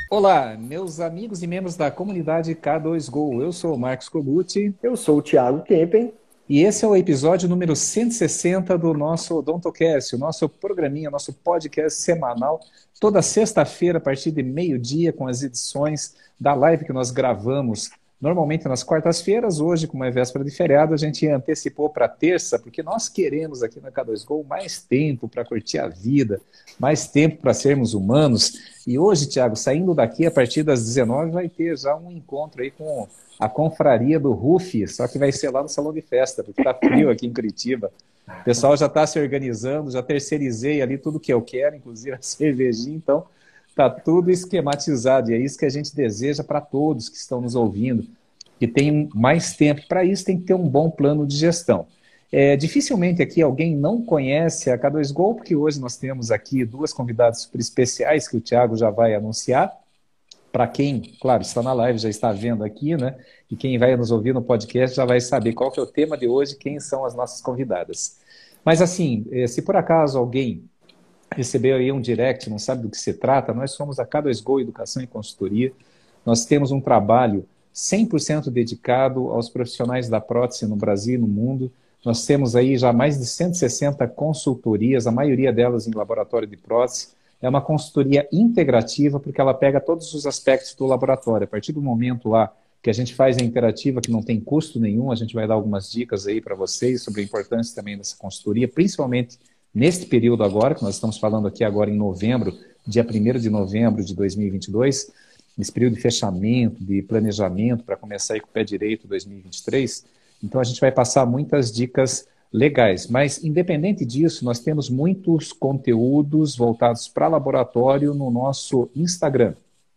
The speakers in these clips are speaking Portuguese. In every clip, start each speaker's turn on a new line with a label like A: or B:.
A: Olá, meus amigos e membros da comunidade K2Go. Eu sou o Marcos Cogutti
B: Eu sou o Thiago Kempen.
A: e esse é o episódio número 160 do nosso Odontocast, o nosso programinha, nosso podcast semanal, toda sexta-feira, a partir de meio-dia, com as edições da live que nós gravamos normalmente nas quartas-feiras. Hoje, como é véspera de feriado, a gente antecipou para terça, porque nós queremos aqui na K2Go mais tempo para curtir a vida, mais tempo para sermos humanos. E hoje, Thiago, saindo daqui, a partir das 19 vai ter já um encontro aí com a confraria do Rufi, só que vai ser lá no salão de festa, porque está frio aqui em Curitiba. O pessoal já está se organizando, já terceirizei ali tudo que eu quero, inclusive a cervejinha, então está tudo esquematizado, e é isso que a gente deseja para todos que estão nos ouvindo, que tem mais tempo. Para isso tem que ter um bom plano de gestão. Dificilmente aqui alguém não conhece a K2Go, porque hoje nós temos aqui duas convidadas super especiais que o Thiago já vai anunciar. Para quem, claro, está na live, já está vendo aqui, né? E quem vai nos ouvir no podcast já vai saber qual que é o tema de hoje, quem são as nossas convidadas. Mas assim, se por acaso alguém recebeu aí um direct, não sabe do que se trata, nós somos a K2Go Educação e Consultoria. Nós temos um trabalho 100% dedicado aos profissionais da prótese no Brasil e no mundo. Nós temos aí já mais de 160 consultorias, a maioria delas em laboratório de prótese. É uma consultoria integrativa, porque ela pega todos os aspectos do laboratório. A partir do momento lá que a gente faz a interativa, que não tem custo nenhum, a gente vai dar algumas dicas aí para vocês sobre a importância também dessa consultoria, principalmente neste período agora, que nós estamos falando aqui agora em novembro, dia 1º de novembro de 2022, nesse período de fechamento, de planejamento, para começar aí com o pé direito 2023. Então a gente vai passar muitas dicas legais, mas independente disso, nós temos muitos conteúdos voltados para laboratório no nosso Instagram,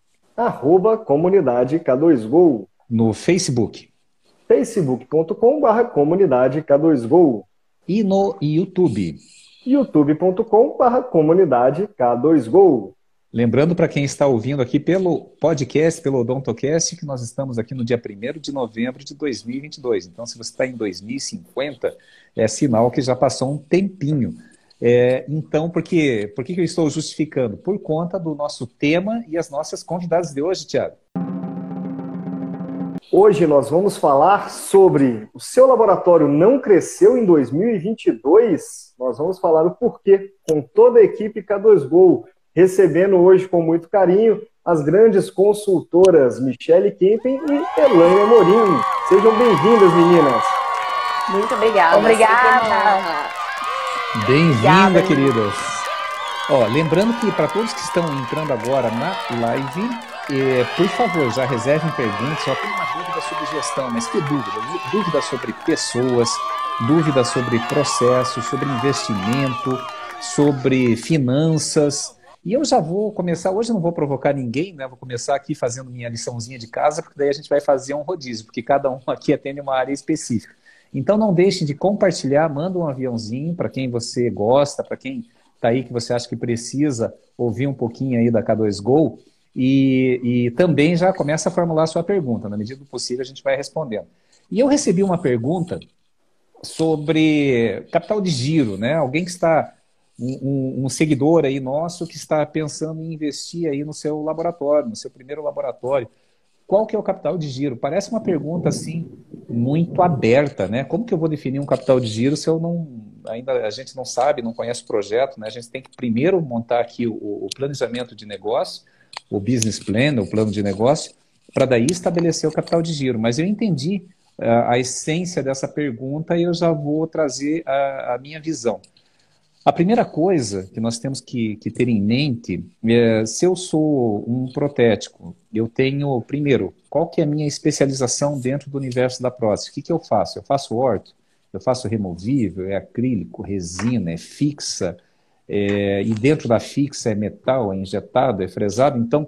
B: @comunidade K2Go,
A: no Facebook
B: facebook.com/comunidade K2Go,
A: e no YouTube.
B: youtube.com/comunidade K2Go.
A: Lembrando para quem está ouvindo aqui pelo podcast, pelo Odontocast, que nós estamos aqui no dia 1º de novembro de 2022. Então, se você está em 2050, é sinal que já passou um tempinho. Então, por que eu estou justificando? Por conta do nosso tema e as nossas convidadas de hoje, Thiago.
B: Hoje nós vamos falar sobre o seu laboratório não cresceu em 2022. Nós vamos falar o porquê com toda a equipe K2Go, recebendo hoje com muito carinho as grandes consultoras Michele Kempen e Elaine Amorim. Sejam bem-vindas, meninas.
C: Muito obrigada.
D: Obrigada.
A: Bem-vinda, queridas. Lembrando que para todos que estão entrando agora na live, por favor, já reservem perguntas. Só tem uma dúvida sobre gestão, mas que dúvida? Dúvida sobre pessoas, dúvida sobre processos, sobre investimento, sobre finanças. E eu já vou começar, hoje eu não vou provocar ninguém, né? Vou começar aqui fazendo minha liçãozinha de casa, porque daí a gente vai fazer um rodízio, porque cada um aqui atende uma área específica. Então não deixe de compartilhar, manda um aviãozinho para quem você gosta, para quem está aí que você acha que precisa ouvir um pouquinho aí da K2Go, e também já começa a formular a sua pergunta, na medida do possível a gente vai respondendo. E eu recebi uma pergunta sobre capital de giro, né? Alguém que está um seguidor aí nosso que está pensando em investir aí no seu laboratório, no seu primeiro laboratório. Qual que é o capital de giro? Parece uma pergunta assim muito aberta, né? Como que eu vou definir um capital de giro se eu não ainda a gente não sabe, não conhece o projeto, né? A gente tem que primeiro montar aqui o planejamento de negócio, o business plan, o plano de negócio, para daí estabelecer o capital de giro. Mas eu entendi a essência dessa pergunta e eu já vou trazer a minha visão. A primeira coisa que nós temos que ter em mente é, se eu sou um protético, eu tenho, primeiro, qual que é a minha especialização dentro do universo da prótese? O que eu faço? Eu faço orto? Eu faço removível? É acrílico? Resina? É fixa? E dentro da fixa é metal? É injetado? É fresado? Então,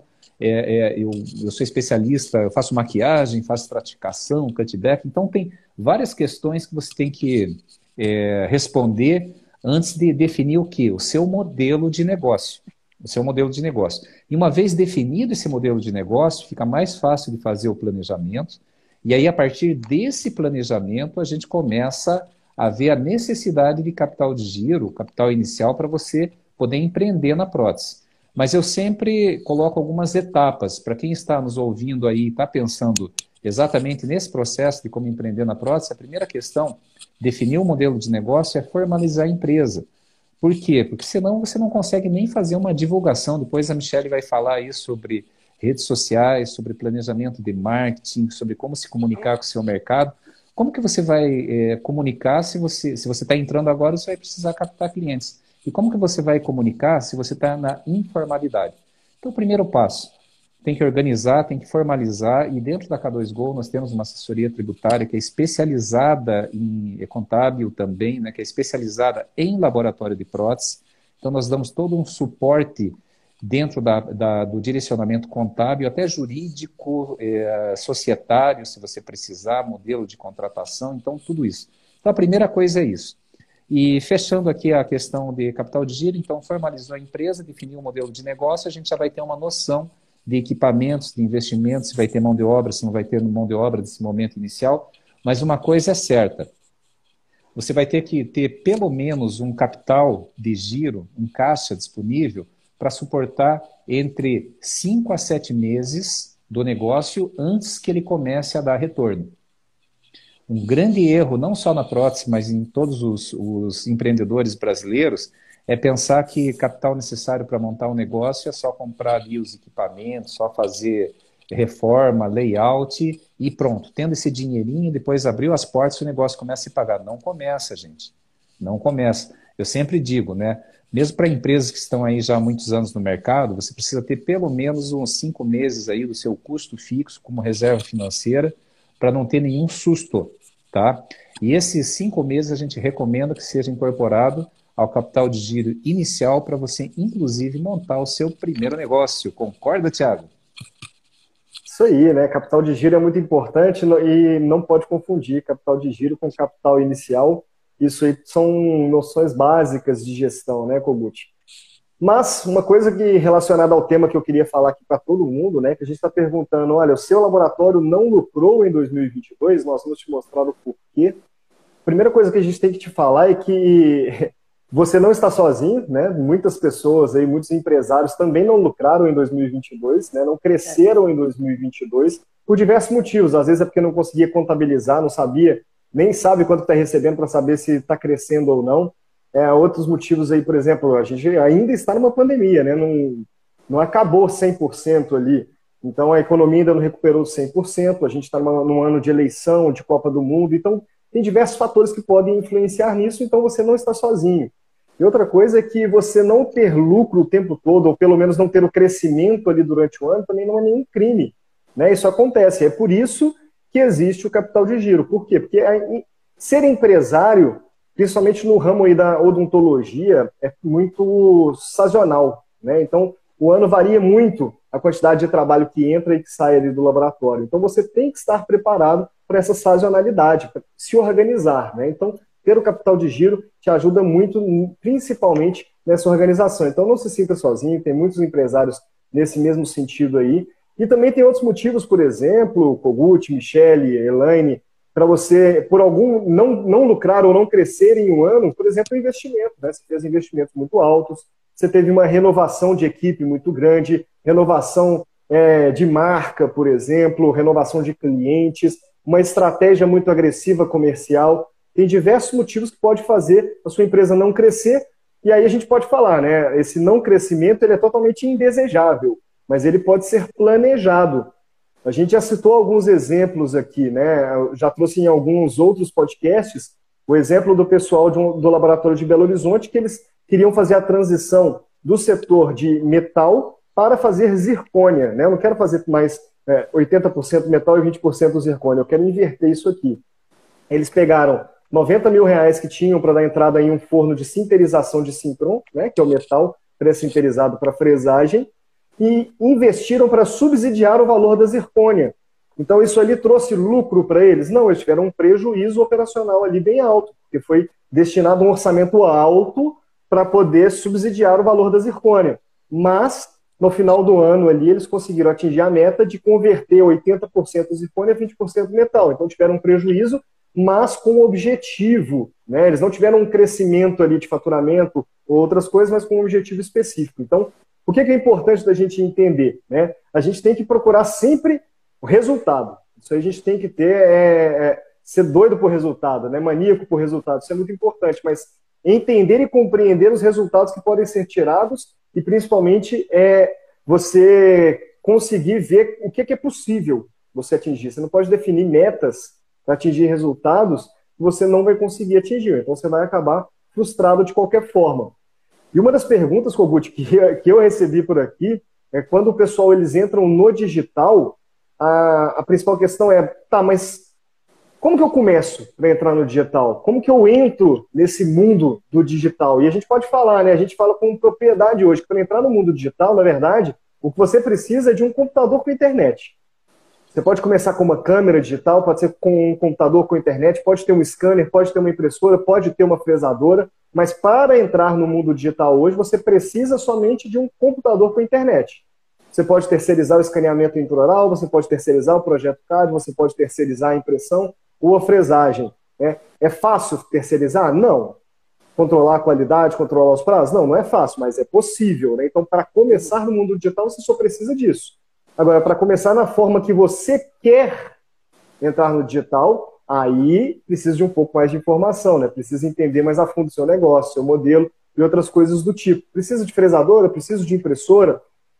A: eu sou especialista, eu faço maquiagem, faço estratificação, cutback. Então, tem várias questões que você tem que responder antes de definir o quê? O seu modelo de negócio. O seu modelo de negócio. E uma vez definido esse modelo de negócio, fica mais fácil de fazer o planejamento. E aí, a partir desse planejamento, a gente começa a ver a necessidade de capital de giro, capital inicial, para você poder empreender na prótese. Mas eu sempre coloco algumas etapas. Para quem está nos ouvindo aí, está pensando exatamente nesse processo de como empreender na prótese, a primeira questão, definir o modelo de negócio, é formalizar a empresa. Por quê? Porque senão você não consegue nem fazer uma divulgação. Depois a Michelle vai falar aí sobre redes sociais, sobre planejamento de marketing, sobre como se comunicar com o seu mercado. Como que você vai comunicar se você está entrando agora, você vai precisar captar clientes? E como que você vai comunicar se você está na informalidade? Então, o primeiro passo, tem que organizar, tem que formalizar, e dentro da K2Go nós temos uma assessoria tributária que é especializada é contábil também, né, que é especializada em laboratório de prótese. Então, nós damos todo um suporte dentro do direcionamento contábil, até jurídico, societário, se você precisar, modelo de contratação, então tudo isso. Então, a primeira coisa é isso. E fechando aqui a questão de capital de giro, então formalizou a empresa, definiu o modelo de negócio, a gente já vai ter uma noção de equipamentos, de investimentos, se vai ter mão de obra, se não vai ter mão de obra nesse momento inicial, mas uma coisa é certa, você vai ter que ter pelo menos um capital de giro, um caixa disponível, para suportar entre 5 a 7 meses do negócio antes que ele comece a dar retorno. Um grande erro, não só na prótese, mas em todos os empreendedores brasileiros, é pensar que capital necessário para montar um negócio é só comprar ali os equipamentos, só fazer reforma, layout e pronto. Tendo esse dinheirinho, depois abriu as portas e o negócio começa a se pagar. Não começa, gente. Não começa. Eu sempre digo, né? Mesmo para empresas que estão aí já há muitos anos no mercado, você precisa ter pelo menos uns 5 meses aí do seu custo fixo como reserva financeira para não ter nenhum susto, tá? E esses 5 meses a gente recomenda que seja incorporado ao capital de giro inicial para você, inclusive, montar o seu primeiro negócio. Concorda, Thiago?
B: Isso aí, né? Capital de giro é muito importante e não pode confundir capital de giro com capital inicial. Isso aí são noções básicas de gestão, né, Kogut? Mas uma coisa que relacionada ao tema que eu queria falar aqui para todo mundo, né, que a gente está perguntando, olha, o seu laboratório não lucrou em 2022, nós vamos te mostrar o porquê. A primeira coisa que a gente tem que te falar é que você não está sozinho, né? Muitas pessoas aí, muitos empresários também não lucraram em 2022, né? Não cresceram em 2022 por diversos motivos. Às vezes é porque não conseguia contabilizar, não sabia, nem sabe quanto está recebendo para saber se está crescendo ou não. Outros motivos aí, por exemplo, a gente ainda está numa pandemia, né? Não acabou 100% ali. Então a economia ainda não recuperou 100%, a gente está num ano de eleição, de Copa do Mundo, então tem diversos fatores que podem influenciar nisso, então você não está sozinho. E outra coisa é que você não ter lucro o tempo todo, ou pelo menos não ter o crescimento ali durante o ano, também não é nenhum crime, né? Isso acontece, é por isso que existe o capital de giro. Por quê? Porque ser empresário, principalmente no ramo aí da odontologia, é muito sazonal, né? Então, o ano varia muito a quantidade de trabalho que entra e que sai ali do laboratório. Então, você tem que estar preparado para essa sazonalidade, para se organizar, né? Então, ter o capital de giro te ajuda muito, principalmente nessa organização. Então, não se sinta sozinho, tem muitos empresários nesse mesmo sentido aí. E também tem outros motivos, por exemplo, Kogut, Michelle, Elaine, para você, por algum, não lucrar ou não crescer em um ano, por exemplo, investimento, né? Você fez investimentos muito altos, você teve uma renovação de equipe muito grande, renovação de marca, por exemplo, renovação de clientes, uma estratégia muito agressiva comercial. Tem diversos motivos que pode fazer a sua empresa não crescer, e aí a gente pode falar, né? Esse não crescimento ele é totalmente indesejável, mas ele pode ser planejado. A gente já citou alguns exemplos aqui, né? Eu já trouxe em alguns outros podcasts o exemplo do pessoal do laboratório de Belo Horizonte, que eles queriam fazer a transição do setor de metal para fazer zircônia, né? Eu não quero fazer mais 80% metal e 20% zircônia, eu quero inverter isso aqui. Eles pegaram R$90 mil que tinham para dar entrada em um forno de sinterização de Sintron, né? Que é o metal pré-sinterizado para fresagem, e investiram para subsidiar o valor da zircônia. Então, isso ali trouxe lucro para eles? Não, eles tiveram um prejuízo operacional ali bem alto, porque foi destinado um orçamento alto para poder subsidiar o valor da zircônia. Mas, no final do ano ali, eles conseguiram atingir a meta de converter 80% zircônia a 20% metal. Então, tiveram um prejuízo, mas com objetivo, né? Eles não tiveram um crescimento ali de faturamento ou outras coisas, mas com um objetivo específico. Então, O que é importante da gente entender, né? A gente tem que procurar sempre o resultado. Isso aí a gente tem que ter, ser doido por resultado, né? Maníaco por resultado. Isso é muito importante, mas entender e compreender os resultados que podem ser tirados e, principalmente, você conseguir ver o que é possível você atingir. Você não pode definir metas para atingir resultados que você não vai conseguir atingir. Então, você vai acabar frustrado de qualquer forma. E uma das perguntas, Kogut, que eu recebi por aqui, é quando o pessoal eles entram no digital, a principal questão é, tá, mas como que eu começo para entrar no digital? Como que eu entro nesse mundo do digital? E a gente pode falar, né? A gente fala com propriedade hoje, que para entrar no mundo digital, na verdade, o que você precisa é de um computador com internet. Você pode começar com uma câmera digital, pode ser com um computador com internet, pode ter um scanner, pode ter uma impressora, pode ter uma fresadora, mas para entrar no mundo digital hoje, você precisa somente de um computador com internet. Você pode terceirizar o escaneamento intraoral, você pode terceirizar o projeto CAD, você pode terceirizar a impressão ou a fresagem. É fácil terceirizar? Não. Controlar a qualidade, controlar os prazos? Não, não é fácil, mas é possível, né? Então, para começar no mundo digital, você só precisa disso. Agora, para começar na forma que você quer entrar no digital, aí precisa de um pouco mais de informação, né? Precisa entender mais a fundo o seu negócio, seu modelo e outras coisas do tipo. Precisa de fresadora, precisa de impressora.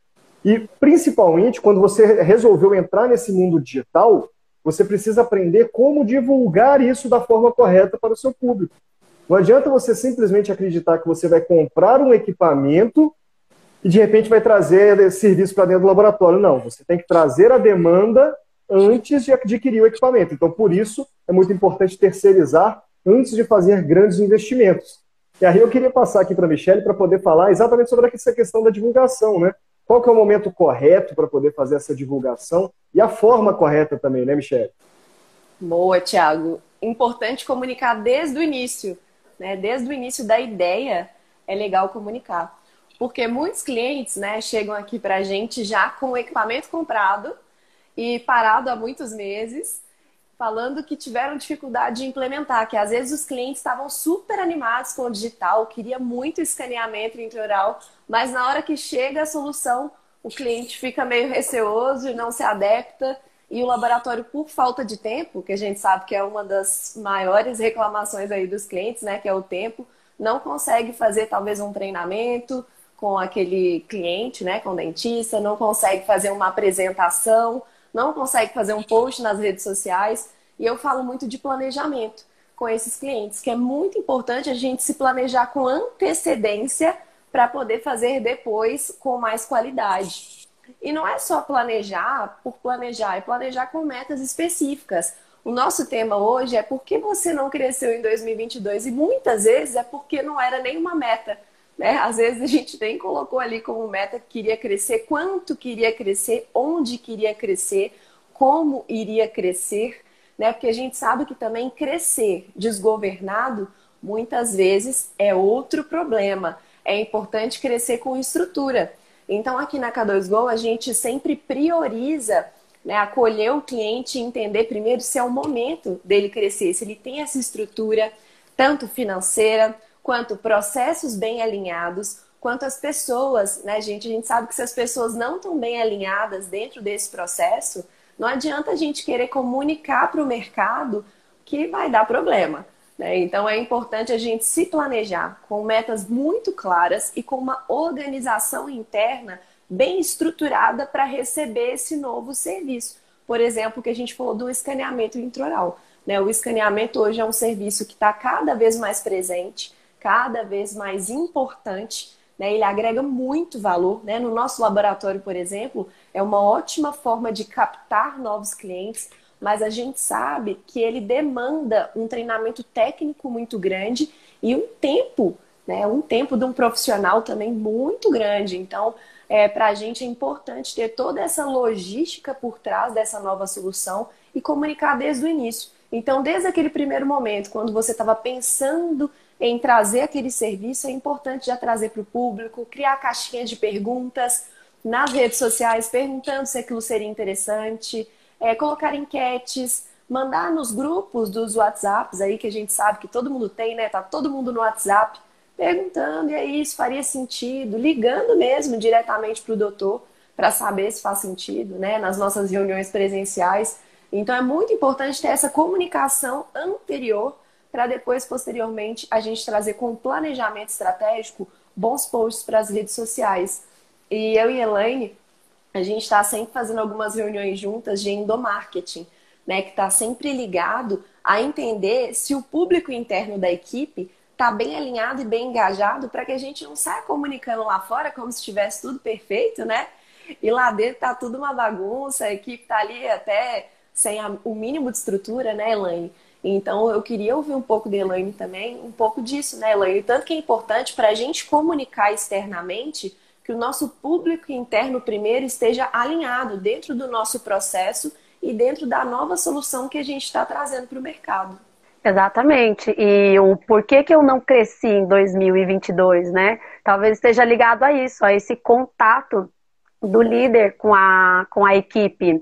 B: E, principalmente, quando você resolveu entrar nesse mundo digital, você precisa aprender como divulgar isso da forma correta para o seu público. Não adianta você simplesmente acreditar que você vai comprar um equipamento e, de repente, vai trazer serviço para dentro do laboratório. Não, você tem que trazer a demanda antes de adquirir o equipamento. Então, por isso, é muito importante terceirizar antes de fazer grandes investimentos. E aí eu queria passar aqui para a Michelle para poder falar exatamente sobre essa questão da divulgação, né? Qual que é o momento correto para poder fazer essa divulgação e a forma correta também, né, Michelle?
C: Boa, Thiago. Importante comunicar desde o início, né? Desde o início da ideia é legal comunicar. Porque muitos clientes, né, chegam aqui para a gente já com o equipamento comprado e parado há muitos meses, falando que tiveram dificuldade de implementar, que às vezes os clientes estavam super animados com o digital, queria muito escaneamento intraoral, mas na hora que chega a solução, o cliente fica meio receoso e não se adapta, e o laboratório, por falta de tempo, que a gente sabe que é uma das maiores reclamações aí dos clientes, né, que é o tempo, não consegue fazer talvez um treinamento com aquele cliente, né, com o dentista, não consegue fazer uma apresentação, não consegue fazer um post nas redes sociais. E eu falo muito de planejamento com esses clientes, que é muito importante a gente se planejar com antecedência para poder fazer depois com mais qualidade. E não é só planejar por planejar, é planejar com metas específicas. O nosso tema hoje é por que você não cresceu em 2022 e muitas vezes é porque não era nenhuma meta. Né? Às vezes a gente nem colocou ali como meta que queria crescer, quanto queria crescer, onde queria crescer, como iria crescer, né? Porque a gente sabe que também crescer desgovernado muitas vezes é outro problema. É importante crescer com estrutura. Então aqui na K2Go a gente sempre prioriza, né, acolher o cliente e entender primeiro se é o momento dele crescer, se ele tem essa estrutura, tanto financeira, quanto processos bem alinhados, quanto as pessoas, né, gente? A gente sabe que se as pessoas não estão bem alinhadas dentro desse processo, não adianta a gente querer comunicar para o mercado que vai dar problema, né? Então é importante a gente se planejar com metas muito claras e com uma organização interna bem estruturada para receber esse novo serviço. Por exemplo, que a gente falou do escaneamento intraoral, né? O escaneamento hoje é um serviço que está cada vez mais presente, cada vez mais importante, né? Ele agrega muito valor, né? No nosso laboratório, por exemplo, é uma ótima forma de captar novos clientes, mas a gente sabe que ele demanda um treinamento técnico muito grande e um tempo, né? Um tempo de um profissional também muito grande. Então, para a gente é importante ter toda essa logística por trás dessa nova solução e comunicar desde o início. Então, desde aquele primeiro momento, quando você estava pensando em trazer aquele serviço, é importante já trazer para o público, criar caixinha de perguntas nas redes sociais, perguntando se aquilo seria interessante, colocar enquetes, mandar nos grupos dos WhatsApps aí, que a gente sabe que todo mundo tem, né? Tá todo mundo no WhatsApp, perguntando, e aí, isso faria sentido? Ligando mesmo diretamente para o doutor, para saber se faz sentido, né? Nas nossas reuniões presenciais. Então, é muito importante ter essa comunicação anterior para depois, posteriormente, a gente trazer com planejamento estratégico bons posts para as redes sociais. E eu e Elaine, a gente está sempre fazendo algumas reuniões juntas de endomarketing, né? Que está sempre ligado a entender se o público interno da equipe está bem alinhado e bem engajado para que a gente não saia comunicando lá fora como se estivesse tudo perfeito, né? E lá dentro tá tudo uma bagunça, a equipe tá ali até sem o mínimo de estrutura, né, Elaine? Então eu queria ouvir um pouco da Elaine também, um pouco disso, né, Elaine? Tanto que é importante para a gente comunicar externamente que o nosso público interno primeiro esteja alinhado dentro do nosso processo e dentro da nova solução que a gente está trazendo para o mercado.
D: Exatamente. E o porquê que eu não cresci em 2022, né? Talvez esteja ligado a isso, a esse contato do líder com a equipe.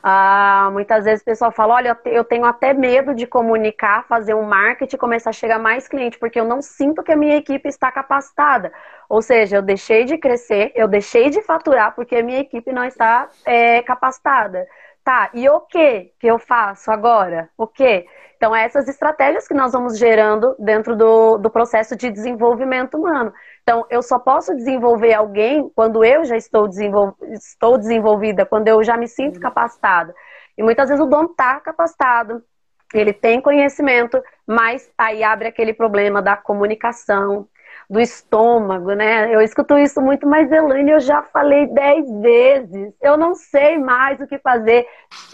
D: Muitas vezes o pessoal fala, olha, eu tenho até medo de comunicar, fazer um marketing e começar a chegar mais cliente, porque eu não sinto que a minha equipe está capacitada. Ou seja, eu deixei de crescer, eu deixei de faturar porque a minha equipe não está capacitada. Tá, e o que eu faço agora? O quê? Então, essas estratégias que nós vamos gerando dentro do processo de desenvolvimento humano. Então, eu só posso desenvolver alguém quando eu já estou desenvolvida, quando eu já me sinto capacitada. E muitas vezes o dono está capacitado, ele tem conhecimento, mas aí abre aquele problema da comunicação, do estômago, né? Eu escuto isso muito, mas Elaine, eu já falei 10 vezes, eu não sei mais o que fazer.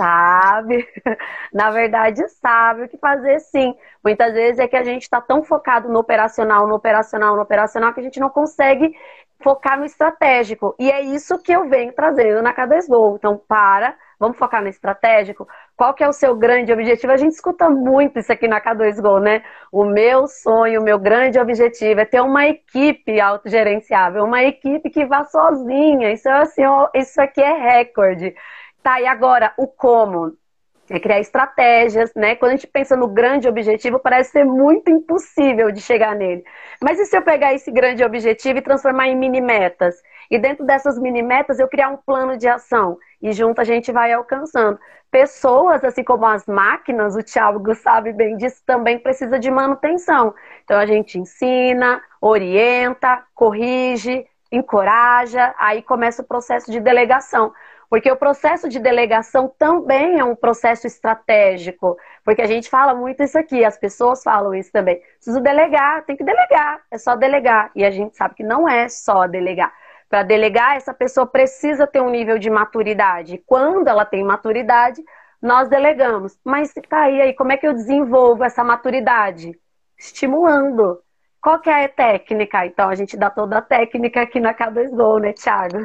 D: Sabe? Na verdade, sabe o que fazer, sim. Muitas vezes é que a gente está tão focado no operacional, que a gente não consegue focar no estratégico. E é isso que eu venho trazendo na K2Go. Então, vamos focar no estratégico. Qual que é o seu grande objetivo? A gente escuta muito isso aqui na K2Go, né? O meu sonho, o meu grande objetivo é ter uma equipe autogerenciável, uma equipe que vá sozinha. Isso, assim, isso aqui é recorde. Tá, e agora, o como? É criar estratégias, né? Quando a gente pensa no grande objetivo, parece ser muito impossível de chegar nele. Mas e se eu pegar esse grande objetivo e transformar em mini-metas? E dentro dessas mini-metas eu criar um plano de ação. E junto a gente vai alcançando. Pessoas, assim como as máquinas, o Thiago sabe bem disso, também precisa de manutenção. Então a gente ensina, orienta, corrige, encoraja, aí começa o processo de delegação. Porque o processo de delegação também é um processo estratégico. Porque a gente fala muito isso aqui, as pessoas falam isso também. Preciso delegar, tem que delegar, é só delegar. E a gente sabe que não é só delegar. Para delegar, essa pessoa precisa ter um nível de maturidade. E quando ela tem maturidade, nós delegamos. Mas tá aí, como é que eu desenvolvo essa maturidade? Estimulando. Qual que é a técnica? Então, a gente dá toda a técnica aqui na K2Go, né, Thiago?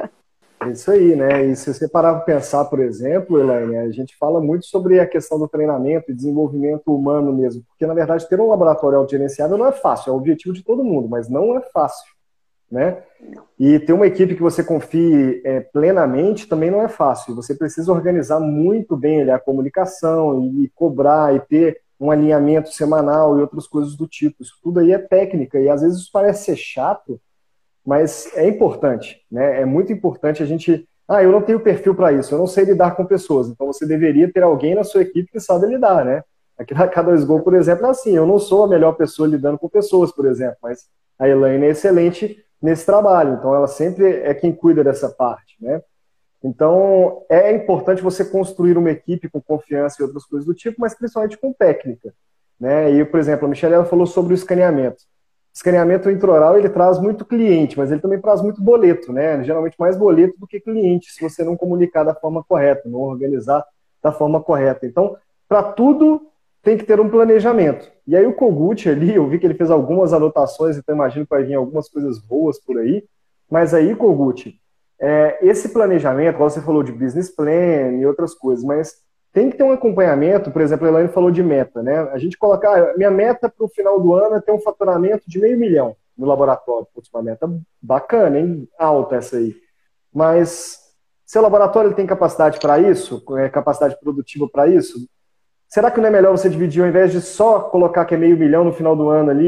B: É isso aí, né? E se você parar para pensar, por exemplo, Elaine, a gente fala muito sobre a questão do treinamento e desenvolvimento humano mesmo, porque, na verdade, ter um laboratório autogerenciável não é fácil, é o objetivo de todo mundo, mas não é fácil, né? E ter uma equipe que você confie plenamente também não é fácil. Você precisa organizar muito bem ali, a comunicação e cobrar e ter um alinhamento semanal e outras coisas do tipo. Isso tudo aí é técnica e, às vezes, isso parece ser chato, mas é importante, né? É muito importante a gente... eu não tenho perfil para isso, eu não sei lidar com pessoas. Então você deveria ter alguém na sua equipe que sabe lidar, né? Aqui na K2Go, por exemplo, é assim, eu não sou a melhor pessoa lidando com pessoas, por exemplo, mas a Elaine é excelente nesse trabalho, então ela sempre é quem cuida dessa parte, né? Então é importante você construir uma equipe com confiança e outras coisas do tipo, mas principalmente com técnica, né? E, por exemplo, a Michelle ela falou sobre o escaneamento. Escaneamento intraoral, ele traz muito cliente, mas ele também traz muito boleto, né? Geralmente mais boleto do que cliente, se você não comunicar da forma correta, não organizar da forma correta. Então, para tudo, tem que ter um planejamento. E aí o Kogut ali, eu vi que ele fez algumas anotações, então imagino que vai vir algumas coisas boas por aí, mas aí, Kogut, esse planejamento, como você falou de business plan e outras coisas, mas tem que ter um acompanhamento. Por exemplo, a Elaine falou de meta, né? A gente colocar, minha meta para o final do ano é ter um faturamento de R$500 mil no laboratório. Putz, uma meta bacana, hein? Alta essa aí. Mas seu laboratório ele tem capacidade para isso? Capacidade produtiva para isso? Será que não é melhor você dividir, ao invés de só colocar que é R$500 mil no final do ano ali,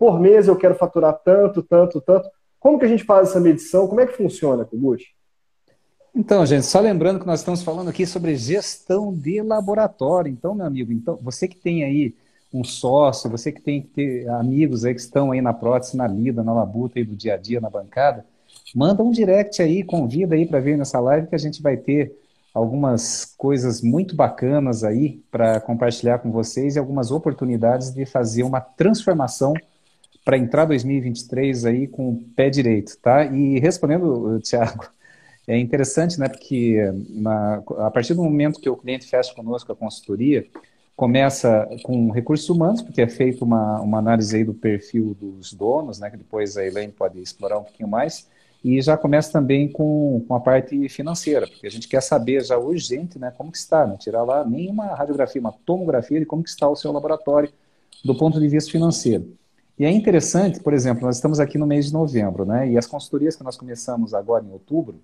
B: por mês eu quero faturar tanto, tanto, tanto. Como que a gente faz essa medição? Como é que funciona, Kogut?
A: Então, gente, só lembrando que nós estamos falando aqui sobre gestão de laboratório. Então, meu amigo, então, você que tem aí um sócio, você que tem que ter amigos aí que estão aí na prótese, na lida, na labuta aí do dia a dia, na bancada, manda um direct aí, convida aí para vir nessa live que a gente vai ter algumas coisas muito bacanas aí para compartilhar com vocês e algumas oportunidades de fazer uma transformação para entrar 2023 aí com o pé direito, tá? E respondendo, Thiago, é interessante, né? Porque a partir do momento que o cliente fecha conosco a consultoria, começa com recursos humanos, porque é feita uma análise aí do perfil dos donos, né? Que depois a Elaine pode explorar um pouquinho mais. E já começa também com a parte financeira, porque a gente quer saber já urgente, né? Como que está, não tirar lá nem uma radiografia, uma tomografia de como que está o seu laboratório do ponto de vista financeiro. E é interessante, por exemplo, nós estamos aqui no mês de novembro, né? E as consultorias que nós começamos agora em outubro,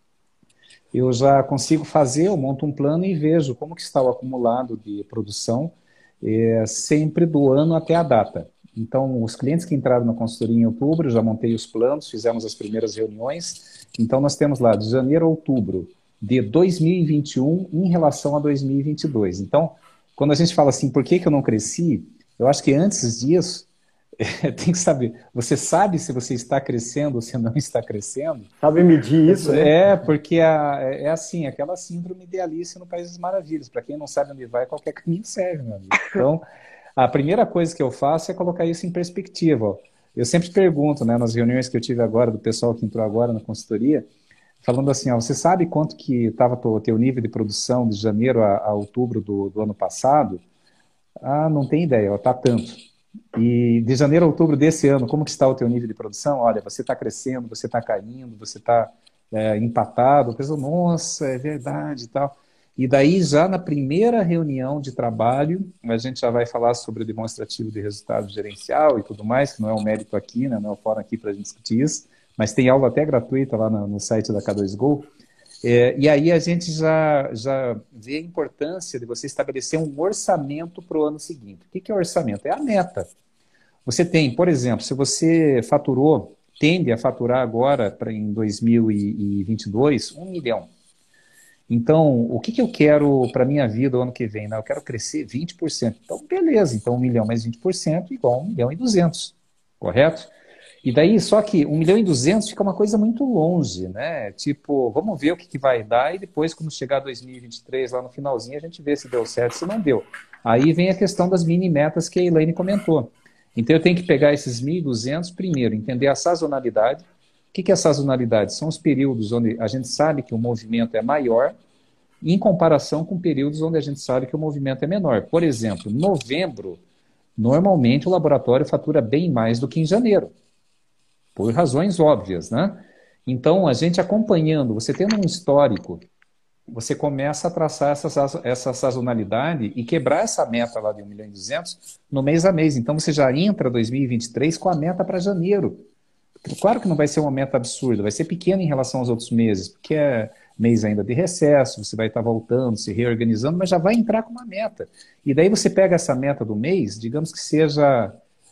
A: eu já consigo fazer, eu monto um plano e vejo como que está o acumulado de produção sempre do ano até a data. Então, os clientes que entraram na consultoria em outubro, já montei os planos, fizemos as primeiras reuniões. Então, nós temos lá de janeiro a outubro de 2021 em relação a 2022. Então, quando a gente fala assim, por que que eu não cresci? Eu acho que antes disso, tem que saber. Você sabe se você está crescendo ou se não está crescendo?
B: Sabe medir isso, né?
A: Porque é assim, aquela síndrome de Alice no País das Maravilhas. Para quem não sabe onde vai, qualquer caminho serve, meu amigo. Então, a primeira coisa que eu faço é colocar isso em perspectiva. Ó. Eu sempre pergunto, né, nas reuniões que eu tive agora, do pessoal que entrou agora na consultoria, falando assim, ó, você sabe quanto que estava o teu nível de produção de janeiro a outubro do ano passado? Ah, não tem ideia, está tanto. E de janeiro a outubro desse ano, como que está o teu nível de produção? Olha, você está crescendo, você está caindo, você está empatado. Eu penso, nossa, é verdade e tal. E daí, já na primeira reunião de trabalho, a gente já vai falar sobre o demonstrativo de resultado gerencial e tudo mais, que não é um mérito aqui, né, não é o fórum aqui para a gente discutir isso, mas tem aula até gratuita lá no site da K2Go. E aí a gente já vê a importância de você estabelecer um orçamento para o ano seguinte. O que é orçamento? É a meta. Você tem, por exemplo, se você tende a faturar agora em 2022, 1 milhão. Então, o que eu quero para a minha vida o ano que vem? Né? Eu quero crescer 20%. Então, beleza. Então, 1 milhão mais 20% igual a 1 milhão e 200. Correto? E daí, só que 1 milhão e 200 fica uma coisa muito longe, né? Tipo, vamos ver o que vai dar e depois, quando chegar 2023, lá no finalzinho, a gente vê se deu certo, se não deu. Aí vem a questão das mini metas que a Elaine comentou. Então, eu tenho que pegar esses 1.200 primeiro, entender a sazonalidade. O que é a sazonalidade? São os períodos onde a gente sabe que o movimento é maior em comparação com períodos onde a gente sabe que o movimento é menor. Por exemplo, novembro, normalmente o laboratório fatura bem mais do que em janeiro, por razões óbvias, né? Então, a gente acompanhando, você tendo um histórico, você começa a traçar essa sazonalidade e quebrar essa meta lá de 1 milhão e 200 no mês a mês. Então, você já entra 2023 com a meta para janeiro. Claro que não vai ser uma meta absurda, vai ser pequena em relação aos outros meses, porque é mês ainda de recesso, você vai estar voltando, se reorganizando, mas já vai entrar com uma meta. E daí você pega essa meta do mês, digamos que seja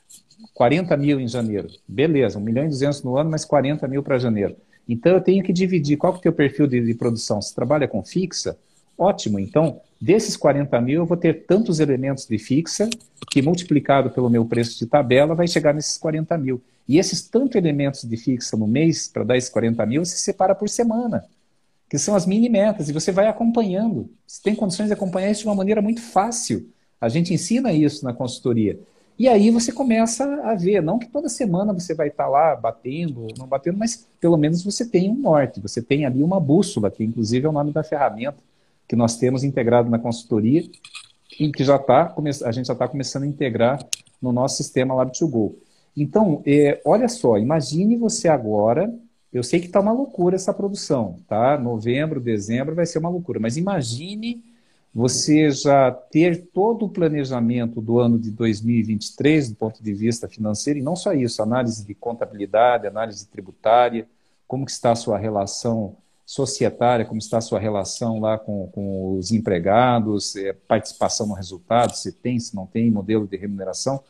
A: 40 mil em janeiro. Beleza, 1 milhão e 200 no ano, mas 40 mil para janeiro. Então eu tenho que dividir qual que é o teu perfil de produção. Se trabalha com fixa, ótimo. Então, desses 40 mil, eu vou ter tantos elementos de fixa que multiplicado pelo meu preço de tabela vai chegar nesses 40 mil. E esses tantos elementos de fixa no mês, para dar esses 40 mil, você separa por semana, que são as mini metas, e você vai acompanhando. Você tem condições de acompanhar isso de uma maneira muito fácil. A gente ensina isso na consultoria. E aí você começa a ver, não que toda semana você vai estar lá batendo ou não batendo, mas pelo menos você tem um norte, você tem ali uma bússola, que inclusive é o nome da ferramenta que nós temos integrado na consultoria e que a gente já está começando a integrar no nosso sistema Lab2Go. Então, olha só, imagine você agora, eu sei que está uma loucura essa produção, tá? Novembro, dezembro vai ser uma loucura, mas imagine você já ter todo o planejamento do ano de 2023, do ponto de vista financeiro, e não só isso, análise de contabilidade, análise tributária, como que está a sua relação societária, como está a sua relação lá com os empregados, participação no resultado, se tem, se não tem, modelo de remuneração.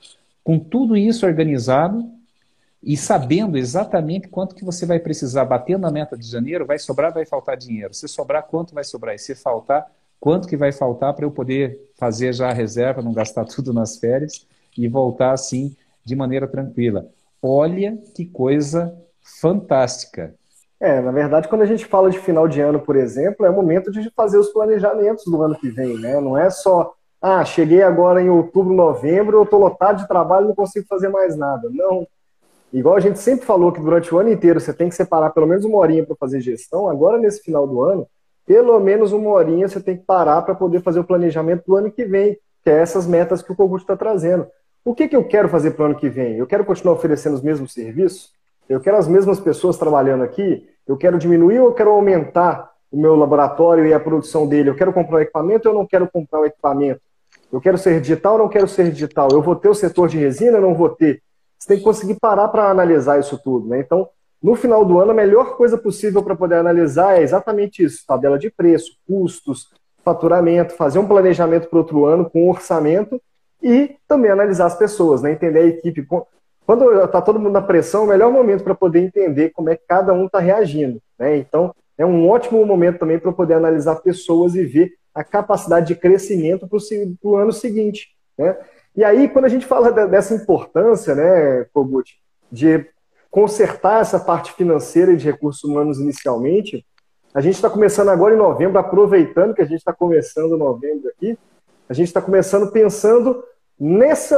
A: Com tudo isso organizado e sabendo exatamente quanto que você vai precisar, batendo a meta de janeiro, vai sobrar, vai faltar dinheiro. Se sobrar, quanto vai sobrar? E se faltar, quanto que vai faltar para eu poder fazer já a reserva, não gastar tudo nas férias e voltar assim de maneira tranquila. Olha que coisa fantástica.
B: Na verdade, quando a gente fala de final de ano, por exemplo, é o momento de fazer os planejamentos do ano que vem, né? Não é só, cheguei agora em outubro, novembro, eu estou lotado de trabalho e não consigo fazer mais nada. Não. Igual a gente sempre falou que durante o ano inteiro você tem que separar pelo menos uma horinha para fazer gestão, agora nesse final do ano, pelo menos uma horinha você tem que parar para poder fazer o planejamento do ano que vem, que é essas metas que o Kogut está trazendo. O que eu quero fazer para o ano que vem? Eu quero continuar oferecendo os mesmos serviços? Eu quero as mesmas pessoas trabalhando aqui? Eu quero diminuir ou eu quero aumentar o meu laboratório e a produção dele? Eu quero comprar um equipamento ou eu não quero comprar um equipamento? Eu quero ser digital ou não quero ser digital? Eu vou ter o setor de resina ou não vou ter? Você tem que conseguir parar para analisar isso tudo, né? Então, no final do ano, a melhor coisa possível para poder analisar é exatamente isso: tabela de preço, custos, faturamento, fazer um planejamento para outro ano com orçamento e também analisar as pessoas, né? Entender a equipe. Quando está todo mundo na pressão, é o melhor momento para poder entender como é que cada um está reagindo, né? Então, é um ótimo momento também para poder analisar pessoas e ver a capacidade de crescimento para o ano seguinte, né? E aí, quando a gente fala dessa importância, né, Kogut, de consertar essa parte financeira e de recursos humanos inicialmente, a gente está começando agora em novembro, aproveitando que a gente está começando novembro aqui, a gente está começando pensando nessa